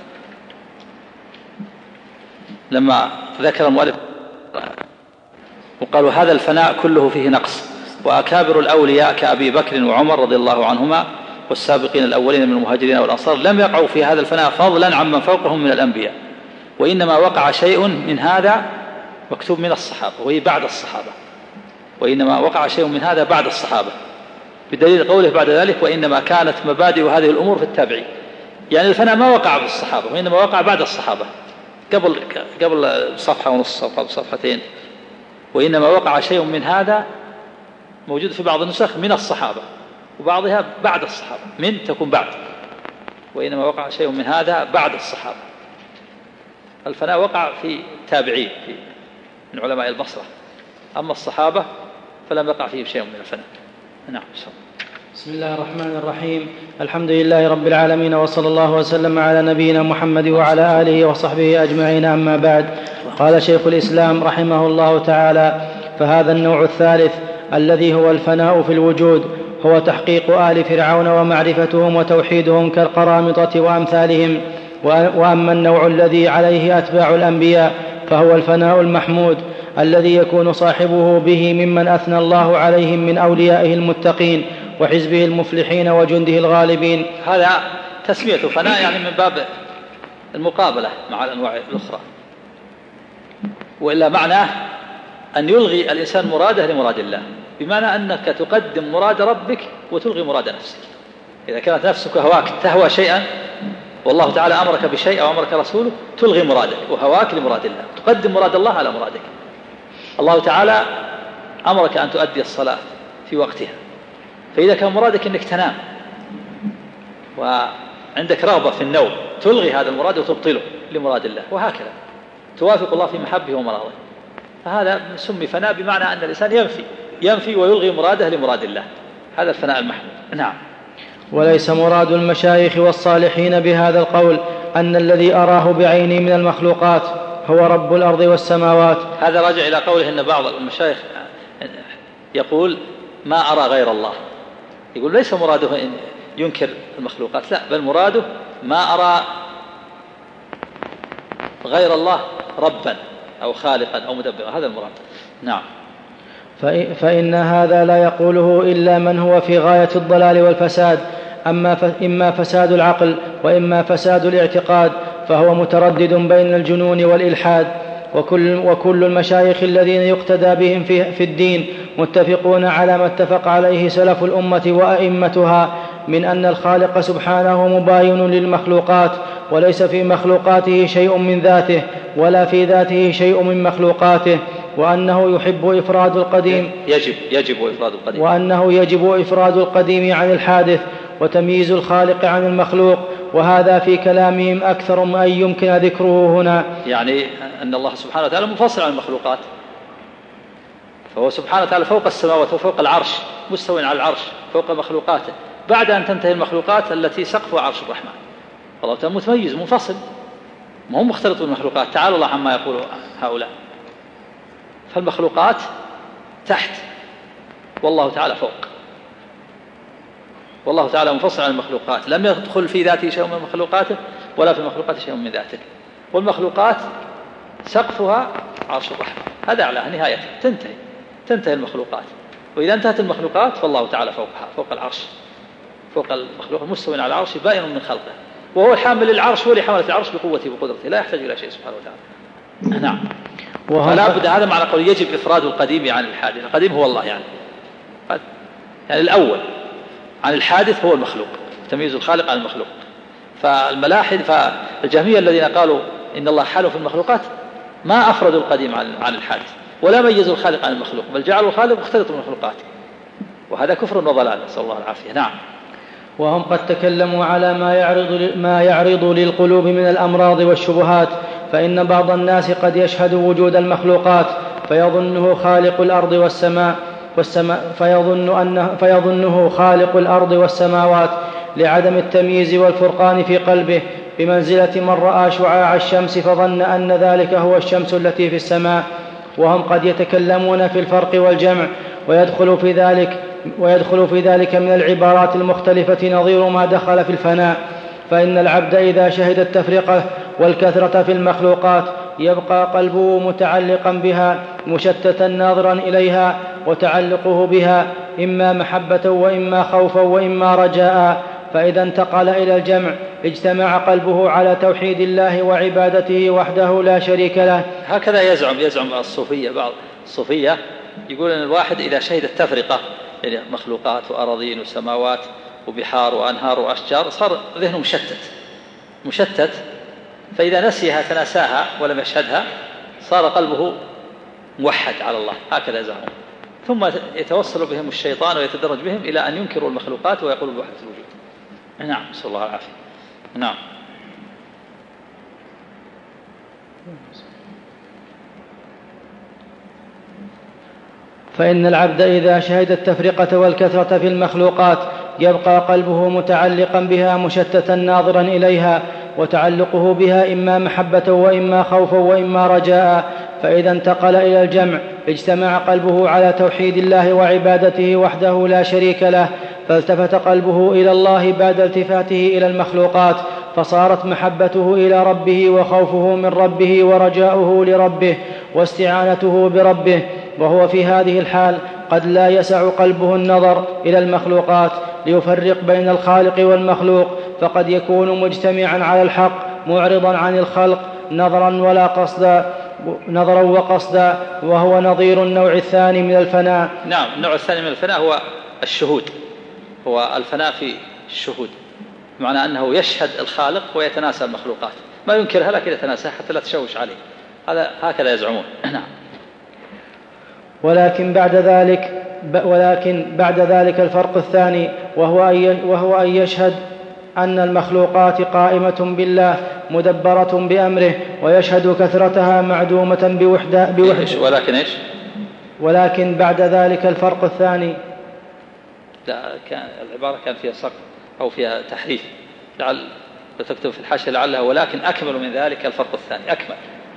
لما ذكر المؤلف وقالوا هذا الفناء كله فيه نقص، وأكابر الأولياء كأبي بكر وعمر رضي الله عنهما والسابقين الأولين من المهاجرين والأنصار لم يقعوا في هذا الفناء فضلا عمن فوقهم من الأنبياء، وإنما وقع شيء من هذا مكتوب من الصحابة وهي بعد الصحابة، وإنما وقع شيء من هذا بعد الصحابة، بدليل قوله بعد ذلك وإنما كانت مبادئ هذه الأمور في التابعين. يعني الفناء ما وقع بالصحابة وإنما وقع بعد الصحابة، قبل قبل صفحة ونص أو قبل صفحتين. وإنما وقع شيء من هذا موجود في بعض النسخ من الصحابة وبعضها بعد الصحابة، من تكون بعد، وإنما وقع شيء من هذا بعد الصحابة. الفناء وقع في تابعين في من علماء البصرة، أما الصحابة فلم يقع فيهم شيء من الفناء. نعم. بسم الله الرحمن الرحيم. الحمد لله رب العالمين، وصلى الله وسلم على نبينا محمد وعلى آله وصحبه أجمعين، أما بعد. قال شيخ الإسلام رحمه الله تعالى: فهذا النوع الثالث الذي هو الفناء في الوجود هو تحقيق آل فرعون ومعرفتهم وتوحيدهم كالقرامطة وأمثالهم. وأما النوع الذي عليه أتباع الأنبياء فهو الفناء المحمود الذي يكون صاحبه به ممن أثنى الله عليهم من أوليائه المتقين وحزبه المفلحين وجنده الغالبين. هذا تسمية فناء يعني من باب المقابلة مع الأنواع الأخرى، وإلا معناه أن يلغي الإنسان مراده لمراد الله، بمعنى أنك تقدم مراد ربك وتلغي مراد نفسك. إذا كانت نفسك هواك تهوى شيئا والله تعالى أمرك بشيء أو أمرك رسوله، تلغي مرادك وهواك لمراد الله، تقدم مراد الله على مرادك. الله تعالى أمرك أن تؤدي الصلاة في وقتها، فإذا كان مرادك أنك تنام وعندك رغبة في النوم، تلغي هذا المراد وتبطله لمراد الله، وهكذا توافق الله في محبه ومراضه. فهذا سمي فناء، بمعنى أن الإنسان ينفي ينفي ويلغي مراده لمراد الله، هذا الفناء المحمود. نعم. وليس مراد المشايخ والصالحين بهذا القول أن الذي أراه بعيني من المخلوقات هو رب الأرض والسماوات. هذا راجع إلى قوله أن بعض المشايخ يقول ما أرى غير الله، يقول ليس مراده أن ينكر المخلوقات، لا، بل مراده ما أرى غير الله ربا أو خالقا أو مدبرا، هذا المراد. نعم. فإن هذا لا يقوله إلا من هو في غاية الضلال والفساد، أما إما فساد العقل وإما فساد الاعتقاد، فهو متردد بين الجنون والإلحاد. وكل, وكل المشايخ الذين يقتدى بهم في, في الدين متفقون على ما اتفق عليه سلف الأمة وأئمتها من أن الخالق سبحانه مباين للمخلوقات، وليس في مخلوقاته شيء من ذاته ولا في ذاته شيء من مخلوقاته، وأنه يحب إفراد القديم يجب يجب إفراد القديم وأنه يجب إفراد القديم عن الحادث وتمييز الخالق عن المخلوق. وهذا في كلامهم أكثر ما يمكن ذكره هنا. يعني أن الله سبحانه وتعالى منفصل عن المخلوقات، فهو سبحانه وتعالى فوق السماوات وفوق العرش، مستوى على العرش فوق مخلوقاته، بعد أن تنتهي المخلوقات التي سقفها عرش الرحمن. الله تعالى متميز منفصل، ما هو مختلط بالمخلوقات، تعالى الله عما يقول هؤلاء. فالمخلوقات تحت والله تعالى فوق، والله تعالى منفصل عن المخلوقات، لم يدخل في ذاته شيء من مخلوقاته ولا في مخلوقاته شيء من ذاته. والمخلوقات سقفها عرش الرحمن، هذا أعلى نهايته، تنتهي تنتهي المخلوقات. وإذا انتهت المخلوقات فالله تعالى فوقها، فوق العرش، فوق المخلوق المستوى على العرش بائن من خلقه، وهو الحامل للعرش، هو اللي حملت العرش بقوته وقدرته، لا يحتاج إلى شيء سبحانه وتعالى. نعم. فلا بد، هذا معنى قول يجب إفراد القديم عن الحادث. القديم هو الله، يعني يعني الأول عن الحادث هو المخلوق، تمييز الخالق عن المخلوق. فالملاحد فالجهمية الذين قالوا إن الله حاله في المخلوقات ما أفردوا القديم عن الحادث ولا ميزوا الخالق عن المخلوق، بل جعلوا الخالق مختلط بالمخلوقات، وهذا كفر وضلال، نسأل الله العافية. نعم. وهم قد تكلموا على ما يعرض, ما يعرض للقلوب من الأمراض والشبهات، فإن بعض الناس قد يشهد وجود المخلوقات فيظنه خالق الأرض والسماء والسماء فيظن أنه فيظنه خالق الأرض والسماوات لعدم التمييز والفرقان في قلبه، بمنزلة من رأى شعاع الشمس فظن أن ذلك هو الشمس التي في السماء. وهم قد يتكلمون في الفرق والجمع، ويدخل في ذلك ويدخل في ذلك من العبارات المختلفة نظير ما دخل في الفناء. فإن العبد إذا شهد التفرقة والكثرة في المخلوقات يبقى قلبه متعلقا بها مشتتا ناظرا إليها، وتعلقه بها إما محبة وإما خوفا وإما رجاء. فإذا انتقل إلى الجمع اجتمع قلبه على توحيد الله وعبادته وحده لا شريك له. هكذا يزعم يزعم الصوفية. بعض الصوفية يقول أن الواحد إذا شهد التفرقة، يعني مخلوقات وأراضين وسماوات وبحار وأنهار وأشجار، صار ذهنه مشتت مشتت فإذا نسيها تناساها ولم يشهدها صار قلبه موحد على الله. هكذا يزعمون. ثم يتوصل بهم الشيطان ويتدرج بهم إلى أن ينكروا المخلوقات ويقولوا بوحدة الوجود. نعم، نسأل الله العافية. نعم. فإن العبد إذا شهد التفرقة والكثرة في المخلوقات يبقى قلبه متعلقا بها مشتتا ناظرا إليها، وتعلقه بها إما محبة وإما خوفا وإما رجاء. فإذا انتقل إلى الجمع اجتمع قلبه على توحيد الله وعبادته وحده لا شريك له، فالتفت قلبه إلى الله بعد التفاته إلى المخلوقات، فصارت محبته إلى ربه وخوفه من ربه ورجاؤه لربه واستعانته بربه. وهو في هذه الحال قد لا يسع قلبه النظر إلى المخلوقات ليفرق بين الخالق والمخلوق، فقد يكون مجتمعا على الحق معرضا عن الخلق نظرا ولا قصدا نظرا وقصدا، وهو نظير النوع الثاني من الفناء. نعم، النوع الثاني من الفناء هو الشهود، هو الفناء في الشهود، بمعنى أنه يشهد الخالق ويتناسى المخلوقات، ما ينكرها لكن يتناساها حتى لا تشوش عليه. هذا هكذا يزعمون. نعم. ولكن بعد ذلك ولكن بعد ذلك الفرق الثاني، وهو أن وهو أن يشهد أن المخلوقات قائمة بالله مدبرة بأمره، ويشهد كثرتها معدومة بوحدة, بوحدة ولكن إيش؟ ولكن بعد ذلك الفرق الثاني. لا، كان العبارة كان فيها سقط أو فيها تحريف، لعل تكتب في الحاشية لعلها ولكن أكمل من ذلك الفرق الثاني. أكمل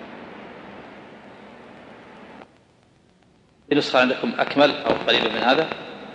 النسخة عندكم أكمل أو قليل من هذا؟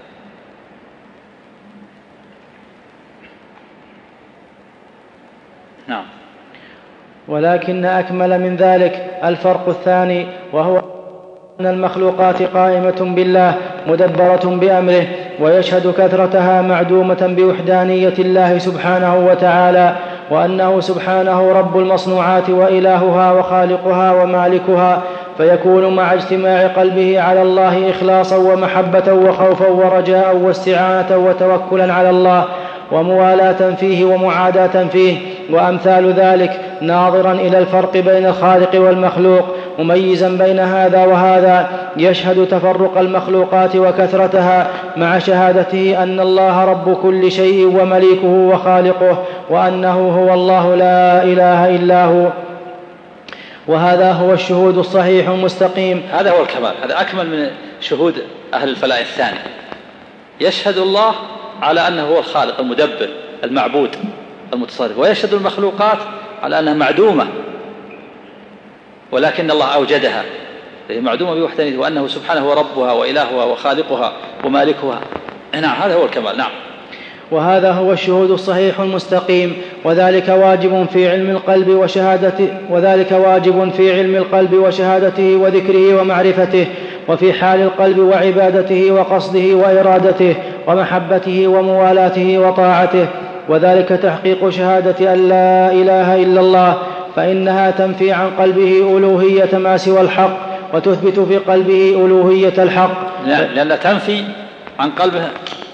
نعم. ولكن أكمل من ذلك الفرق الثاني، وهو أن المخلوقات قائمة بالله مدبرة بأمره، ويشهد كثرتها معدومة بوحدانية الله سبحانه وتعالى، وأنه سبحانه رب المصنوعات وإلهها وخالقها ومالكها، فيكون مع اجتماع قلبه على الله إخلاصا ومحبة وخوفا ورجاء واستعانة وتوكلا على الله وموالاة فيه ومعاداة فيه وأمثال ذلك، ناظرا إلى الفرق بين الخالق والمخلوق مميزا بين هذا وهذا، يشهد تفرق المخلوقات وكثرتها مع شهادته أن الله رب كل شيء ومليكه وخالقه، وأنه هو الله لا إله إلا هو. وهذا هو الشهود الصحيح المستقيم. هذا هو الكمال، هذا أكمل من شهود أهل الفلاح الثاني. يشهد الله على أنه هو الخالق المدبر المعبود المتصرف، ويشهد المخلوقات على أنها معدومة ولكن الله أوجدها، هي معدومة بوحدانيته، وأنه سبحانه هو ربها وإلهها وخالقها ومالكها. نعم، هذا هو الكمال. نعم. وهذا هو الشهود الصحيح المستقيم، وذلك واجب في علم القلب وشهادته وذلك واجب في علم القلب وشهادته وذكره ومعرفته، وفي حال القلب وعبادته وقصده وإرادته ومحبته وموالاته وطاعته، وذلك تحقيق شهادة أن لا إله إلا الله، فإنها تنفي عن قلبه ألوهية ما سوى الحق، وتثبت في قلبه ألوهية الحق. لأن تنفي عن قلبه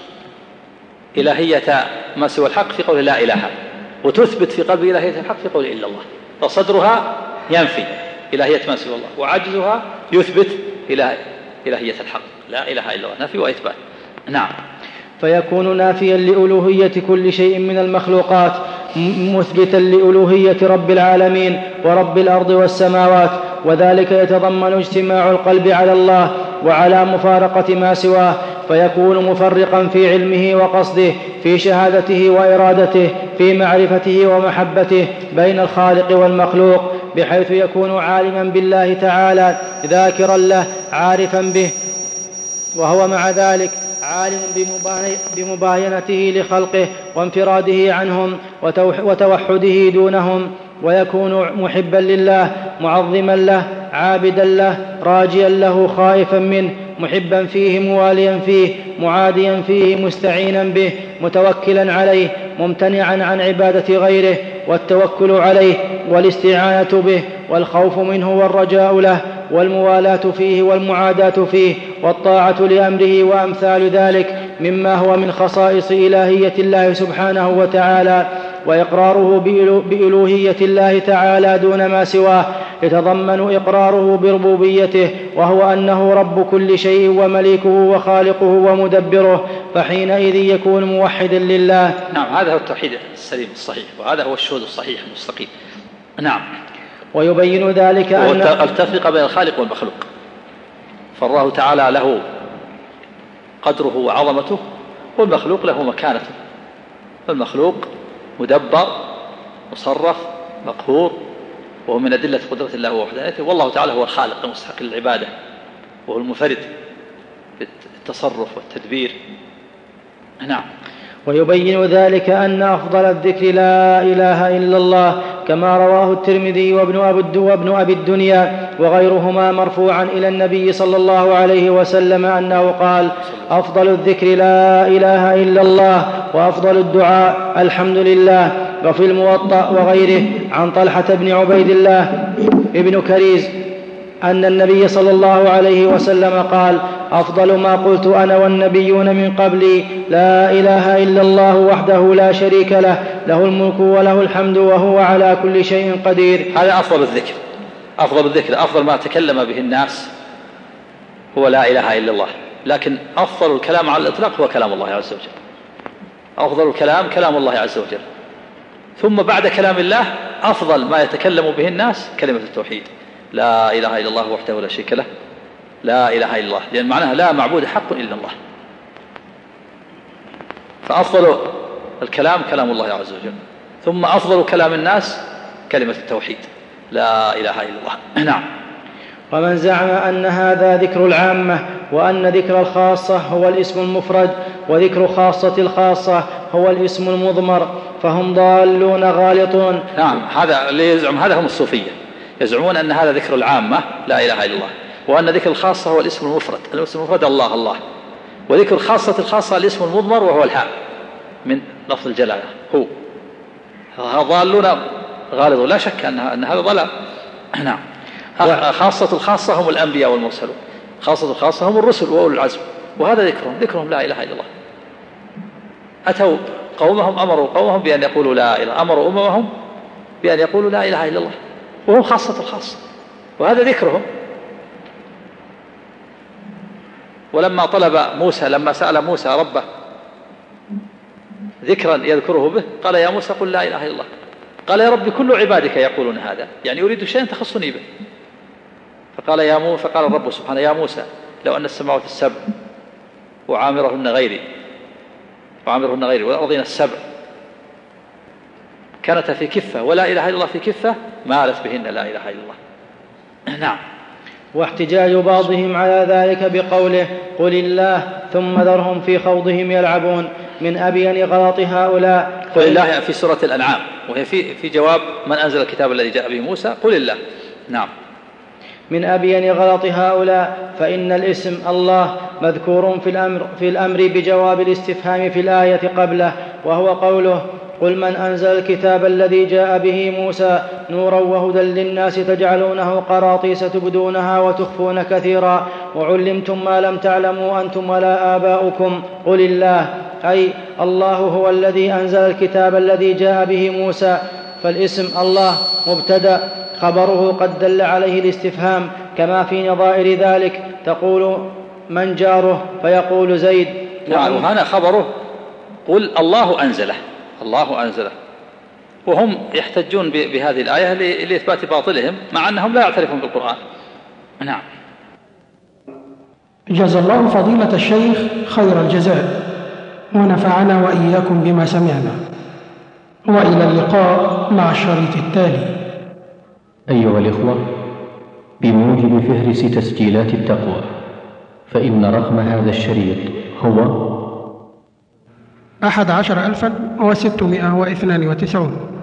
إلهية ما سوى الحق في قول لا إله، وتثبت في قلبه إلهية الحق في قول إلا الله. فصدرها ينفي إلهية ما سوى الله، وعجزها يثبت إلهية الحق، لا إله إلا الله، نفي وإثبات. نعم. فيكون نافيا لألوهية كل شيء من المخلوقات، مثبتا لألوهية رب العالمين ورب الأرض والسماوات، وذلك يتضمن اجتماع القلب على الله وعلى مفارقة ما سواه، فيكون مفرقا في علمه وقصده، في شهادته وإرادته، في معرفته ومحبته بين الخالق والمخلوق، بحيث يكون عالما بالله تعالى ذاكرا له عارفا به، وهو مع ذلك عالم بمباينته لخلقه وانفراده عنهم وتوحده دونهم، ويكون محبا لله معظما له عابدا له راجيا له خائفا منه، محبا فيه مواليا فيه معاديا فيه مستعينا به متوكلا عليه ممتنعا عن عبادة غيره، والتوكل عليه والاستعانة به والخوف منه والرجاء له والموالاة فيه والمعاداة فيه والطاعة لأمره وأمثال ذلك مما هو من خصائص إلهية الله سبحانه وتعالى، وإقراره بإلوهية الله تعالى دون ما سواه يتضمن إقراره بربوبيته، وهو أنه رب كل شيء ومليكه وخالقه ومدبره، فحينئذ يكون موحدا لله. نعم، هذا هو التوحيد السليم الصحيح، وهذا هو الشهود الصحيح المستقيم. نعم. ويبين ذلك أن التفرقة بين الخالق والمخلوق، فالله تعالى له قدره وعظمته، والمخلوق له مكانته، فالمخلوق مدبر مصرف مقهور، وهو من أدلة قدرة الله ووحدانيته، والله تعالى هو الخالق المستحق للعبادة، وهو المنفرد بالتصرف والتدبير. نعم. ويبين ذلك أن أفضل الذكر لا إله إلا الله، كما رواه الترمذي وابن أبي الدنيا وغيرهما مرفوعا إلى النبي صلى الله عليه وسلم أنه قال: أفضل الذكر لا إله إلا الله، وأفضل الدعاء الحمد لله. وفي الموطأ وغيره عن طلحة بن عبيد الله ابن كريز أن النبي صلى الله عليه وسلم قال: أفضل ما قلت أنا والنبيون من قبلي لا إله إلا الله وحده لا شريك له، له الملك وله الحمد وهو على كل شيء قدير. هذا أفضل الذكر. أفضل الذكر أفضل ما تكلم به الناس هو لا إله إلا الله، لكن أفضل الكلام على الإطلاق هو كلام الله عز وجل. أفضل الكلام كلام الله عز وجل، ثم بعد كلام الله أفضل ما يتكلم به الناس كلمة التوحيد، لا إله إلا الله وحده لا شريك له، لا إله إلا الله، لأن معناها لا معبود حق إلا الله. فأفضل الكلام كلام الله عز وجل، ثم أفضل كلام الناس كلمة التوحيد، لا إله إلا الله. نعم. ومن زعم أن هذا ذكر العامة، وأن ذكر الخاصة هو الاسم المفرد، وذكر خاصة الخاصة هو الاسم المضمر، فهم ضالون غالطون. نعم، هذا اللي يزعم هذا هم الصوفية، يزعمون أن هذا ذكر العامة لا إله إلا الله، وأن ذكر الخاصة هو الاسم المفرد، الاسم المفرد الله الله، وذكر خاصة الخاصة الاسم المضمر وهو الهاء من لفظ الجلالة. هو ضالون غالطون، لا شك أن هذا ضلال. نعم. خاصة الخاصة هم الأنبياء والمرسلون، خاصة الخاصة هم الرسل وأولو العزم، وهذا ذكرهم ذكرهم لا إله إلا الله. أتوا قومهم أمروا قومهم بأن يقولوا لا إله، أمروا أممهم بأن يقولوا لا إله إلا الله، وهم خاصة الخاصة، وهذا ذكرهم. ولما طلب موسى، لما سأل موسى ربه ذكرا يذكره به، قال يا موسى قل لا إله إلا الله. قال يا رب كل عبادك يقولون هذا، يعني يريد شيئا تخصني به. فقال يا موسى، فقال الرب سبحانه يا موسى لو أن السماوات السبع وعامرهن غيري وعامرهن غيري والأرضين السبع كانت في كفة ولا إله إلا الله في كفة مالت بهن لا إله إلا الله. نعم. واحتجاج بعضهم على ذلك بقوله قل الله ثم ذرهم في خوضهم يلعبون من أبين غلط هؤلاء. قل الله في سورة الأنعام، وهي في في جواب من أنزل الكتاب الذي جاء به موسى، قل الله. نعم. من أبين غلط هؤلاء، فإن الاسم الله مذكور في الأمر, في الأمر بجواب الاستفهام في الآية قبله، وهو قوله قل من أنزل الكتاب الذي جاء به موسى نورا وهدى للناس تجعلونه قراطيس تبدونها وتخفون كثيرا وعلمتم ما لم تعلموا أنتم ولا آباؤكم قل الله، أي الله هو الذي أنزل الكتاب الذي جاء به موسى. فالاسم الله مبتدأ، خبره قد دل عليه الاستفهام، كما في نظائر ذلك تقول من جاره فيقول زيد. نعم. وهنا خبره قل الله أنزله، الله أنزله، وهم يحتجون بهذه الآية لإثبات باطلهم مع أنهم لا يعترفون بالقرآن. نعم. جزا الله فضيلة الشيخ خير الجزاء، ونفعنا وإياكم بما سمعنا، وإلى اللقاء مع الشريط التالي. أيها الإخوة، بموجب فهرس تسجيلات التقوى، فإن رقم هذا الشريط هو أحد عشر ألفا وستمائة واثنان وتسعون.